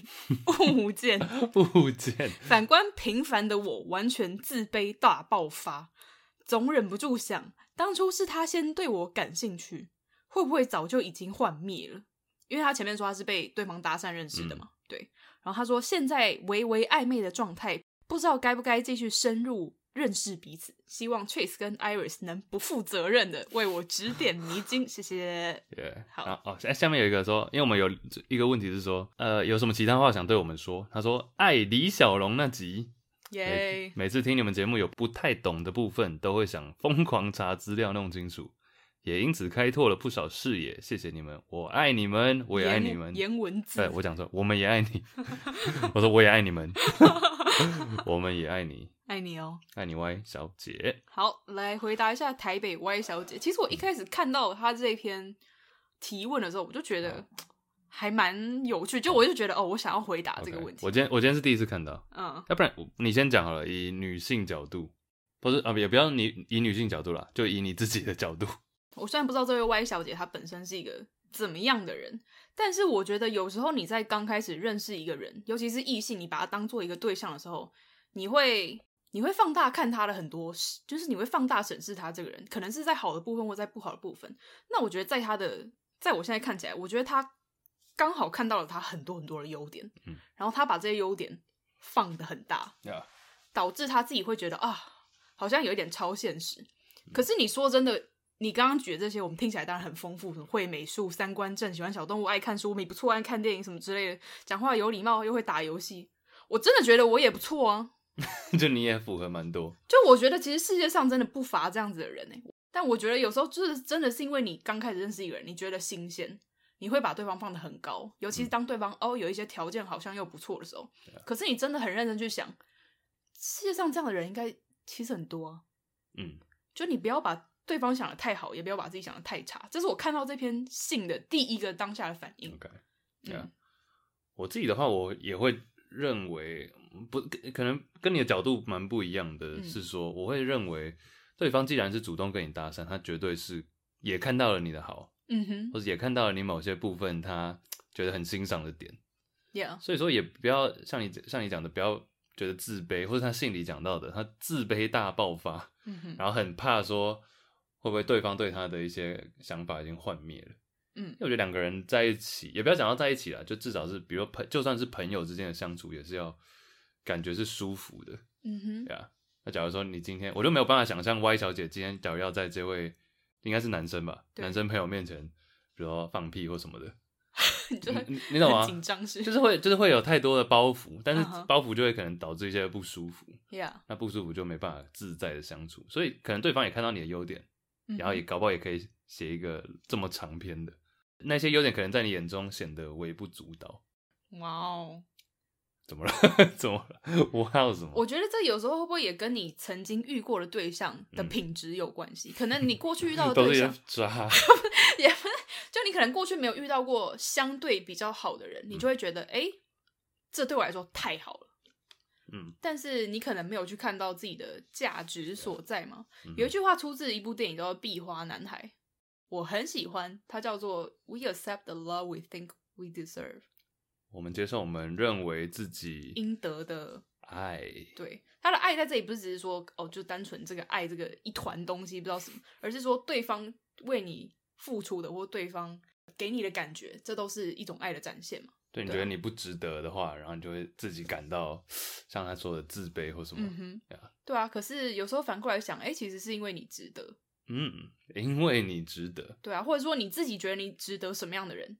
反观平凡的我，完全自卑大爆发，总忍不住想，当初是他先对我感兴趣，会不会早就已经幻灭了？因为他前面说他是被对方搭讪认识的嘛，对。然后他说现在微微暧昧的状态，不知道该不该继续深入认识彼此，希望 Chase 跟 Iris 能不负责任的为我指点迷津，谢谢。 好，下面有一个说，因为我们有一个问题是说，有什么其他话想对我们说？他说，爱李小龙那集，每次听你们节目有不太懂的部分，都会想疯狂查资料弄清楚，也因此开拓了不少视野，谢谢你们，我爱你们，我也爱你们。 颜文字， 对，我讲错，我们也爱你。我说我也爱你们，我们也爱你， 爱你哦， 爱你 Y 小姐。 好，来回答一下台北 Y 小姐。其实我一开始看到她这篇提问的时候，我就觉得还蛮有趣，就我就觉得我想要回答这个问题。 我今天是第一次看到，要不然你先讲好了，以女性角度，不是也不要以女性角度啦，就以你自己的角度。 我虽然不知道这位 Y 小姐她本身是一个怎么样的人，但是我觉得有时候你在刚开始认识一个人，尤其是异性，你把他当做一个对象的时候，你会放大看他的很多事，就是你会放大审视他这个人，可能是在好的部分或在不好的部分。那我觉得在我现在看起来，我觉得他刚好看到了他很多很多的优点，然后他把这些优点放得很大，导致他自己会觉得好像有一点超现实。可是你说真的，你刚刚举的这些，我们听起来当然很丰富，什么会美术、三观正、喜欢小动物、爱看书、没不错、爱看电影什么之类的，讲话有礼貌，又会打游戏，我真的觉得我也不错啊。 就你也符合蛮多。 就我觉得其实世界上真的不乏这样子的人但我觉得有时候就是真的是因为你刚开始认识一个人，你觉得新鲜，你会把对方放得很高，尤其是当对方有一些条件好像又不错的时候，可是你真的很认真去想，世界上这样的人应该其实很多啊。就你不要把对方想的太好，也不要把自己想的太差，这是我看到这篇信的第一个当下的反应。 我自己的话，我也会认为不可能跟你的角度蛮不一样的，是说我会认为对方既然是主动跟你搭讪，他绝对是也看到了你的好，或者也看到了你某些部分他觉得很欣赏的点，所以说也不要像你讲的，不要觉得自卑，或者他信里讲到的，他自卑大爆发，然后很怕说会不会对方对他的一些想法已经幻灭了。因为我觉得两个人在一起，也不要讲到在一起啦，就至少是比如就算是朋友之间的相处，也是要感觉是舒服的。那假如说你今天，我就没有办法想象 Y 小姐今天假如要在这位应该是男生吧，男生朋友面前，比如说放屁或什么的，你懂吗？ 紧张是就是会有太多的包袱，但是包袱就会可能导致一些不舒服。那不舒服就没办法自在的相处，所以可能对方也看到你的优点，然后也搞不好也可以写一个这么长篇的，那些优点可能在你眼中显得微不足道。 哇哦！ 怎么了？怎么了？我还有什么？ 我觉得这有时候会不会也跟你曾经遇过的对象的品质有关系？可能你过去遇到的对象都是渣， 也不是，就你可能过去没有遇到过相对比较好的人，你就会觉得这对我来说太好了。但是你可能没有去看到自己的价值所在嘛。有一句话出自一部电影叫做《壁花男孩》，我很喜欢，它叫做 "We accept the love we think we deserve"。 我们接受我们认为自己应得的爱。 对，他的爱在这里不是只是说就单纯这个爱这个一团东西不知道什么，而是说对方为你付出的或对方给你的感觉，这都是一种爱的展现嘛。 对，你觉得你不值得的话，然后你就会自己感到像他说的自卑或什么。 对啊，可是有时候反过来想，其实是因为你值得。 因为你值得。 对啊，或者说你自己觉得你值得什么样的人。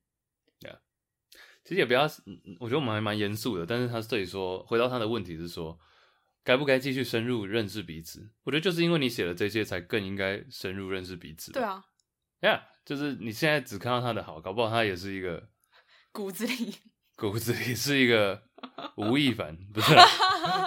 其实也不要，我觉得我们还蛮严肃的，但是他这里说，回到他的问题是说， 该不该继续深入认识彼此？我觉得就是因为你写了这些，才更应该深入认识彼此。 对啊， 就是你现在只看到他的好，搞不好他也是一个骨子里是一个吴亦凡，不是啦，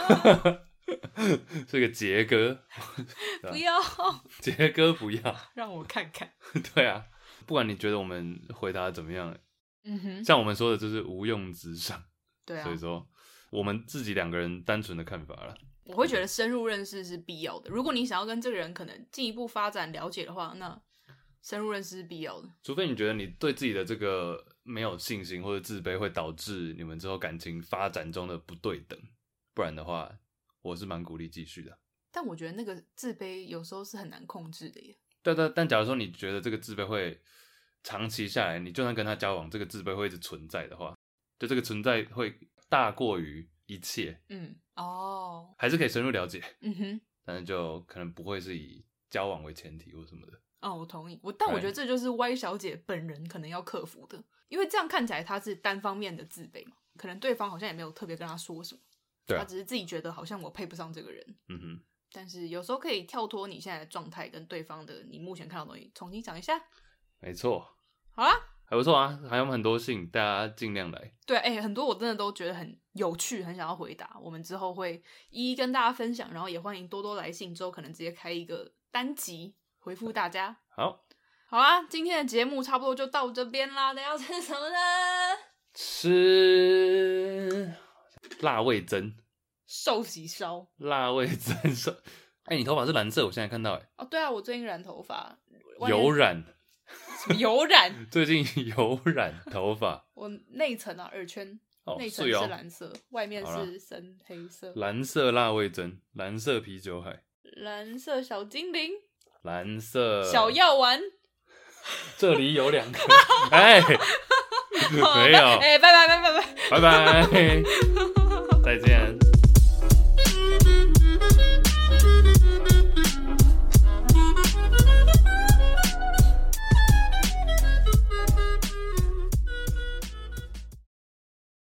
是个杰哥。 不要， 杰哥不要， 让我看看。 对啊，不管你觉得我们回答怎么样，像我们说的，就是无用之上。 对啊， 所以说我们自己两个人单纯的看法啦。 我会觉得深入认识是必要的。如果你想要跟这个人可能进一步发展了解的话，那深入认识是必要的。 除非你觉得你对自己的这个没有信心或者自卑，会导致你们之后感情发展中的不对等，不然的话，我是蛮鼓励继续的。 但我觉得那个自卑有时候是很难控制的耶。 对，但假如说你觉得这个自卑会长期下来，你就算跟他交往，这个自卑会一直存在的话，就这个存在会大过于一切。还是可以深入了解。但是就可能不会是以交往为前提或什么的。 我同意。但我觉得这就是 Y 小姐本人可能要克服的，因为这样看起来她是单方面的自卑嘛，可能对方好像也没有特别跟她说什么，她只是自己觉得好像我配不上这个人。但是有时候可以跳脱你现在的状态跟对方的你目前看到的东西重新想一下。 没错。 好啦， 还不错啊，还有很多信，大家尽量来。 对，很多我真的都觉得很有趣，很想要回答。我们之后会一一跟大家分享，然后也欢迎多多来信，之后可能直接开一个单集回复大家。好啦，今天的节目差不多就到这边啦。等一下要吃什么呢？ 吃辣味噌寿喜烧。 辣味噌寿。你头发是蓝色，我现在看到。 对啊，我最近染头发。 油染。 什么油染？ 最近油染头发。 我内层啊，耳圈内层是蓝色，外面是深黑色。 蓝色辣味噌，蓝色啤酒海， 蓝色小精灵， 蓝色小药丸。 这里有2颗。没有。 拜拜。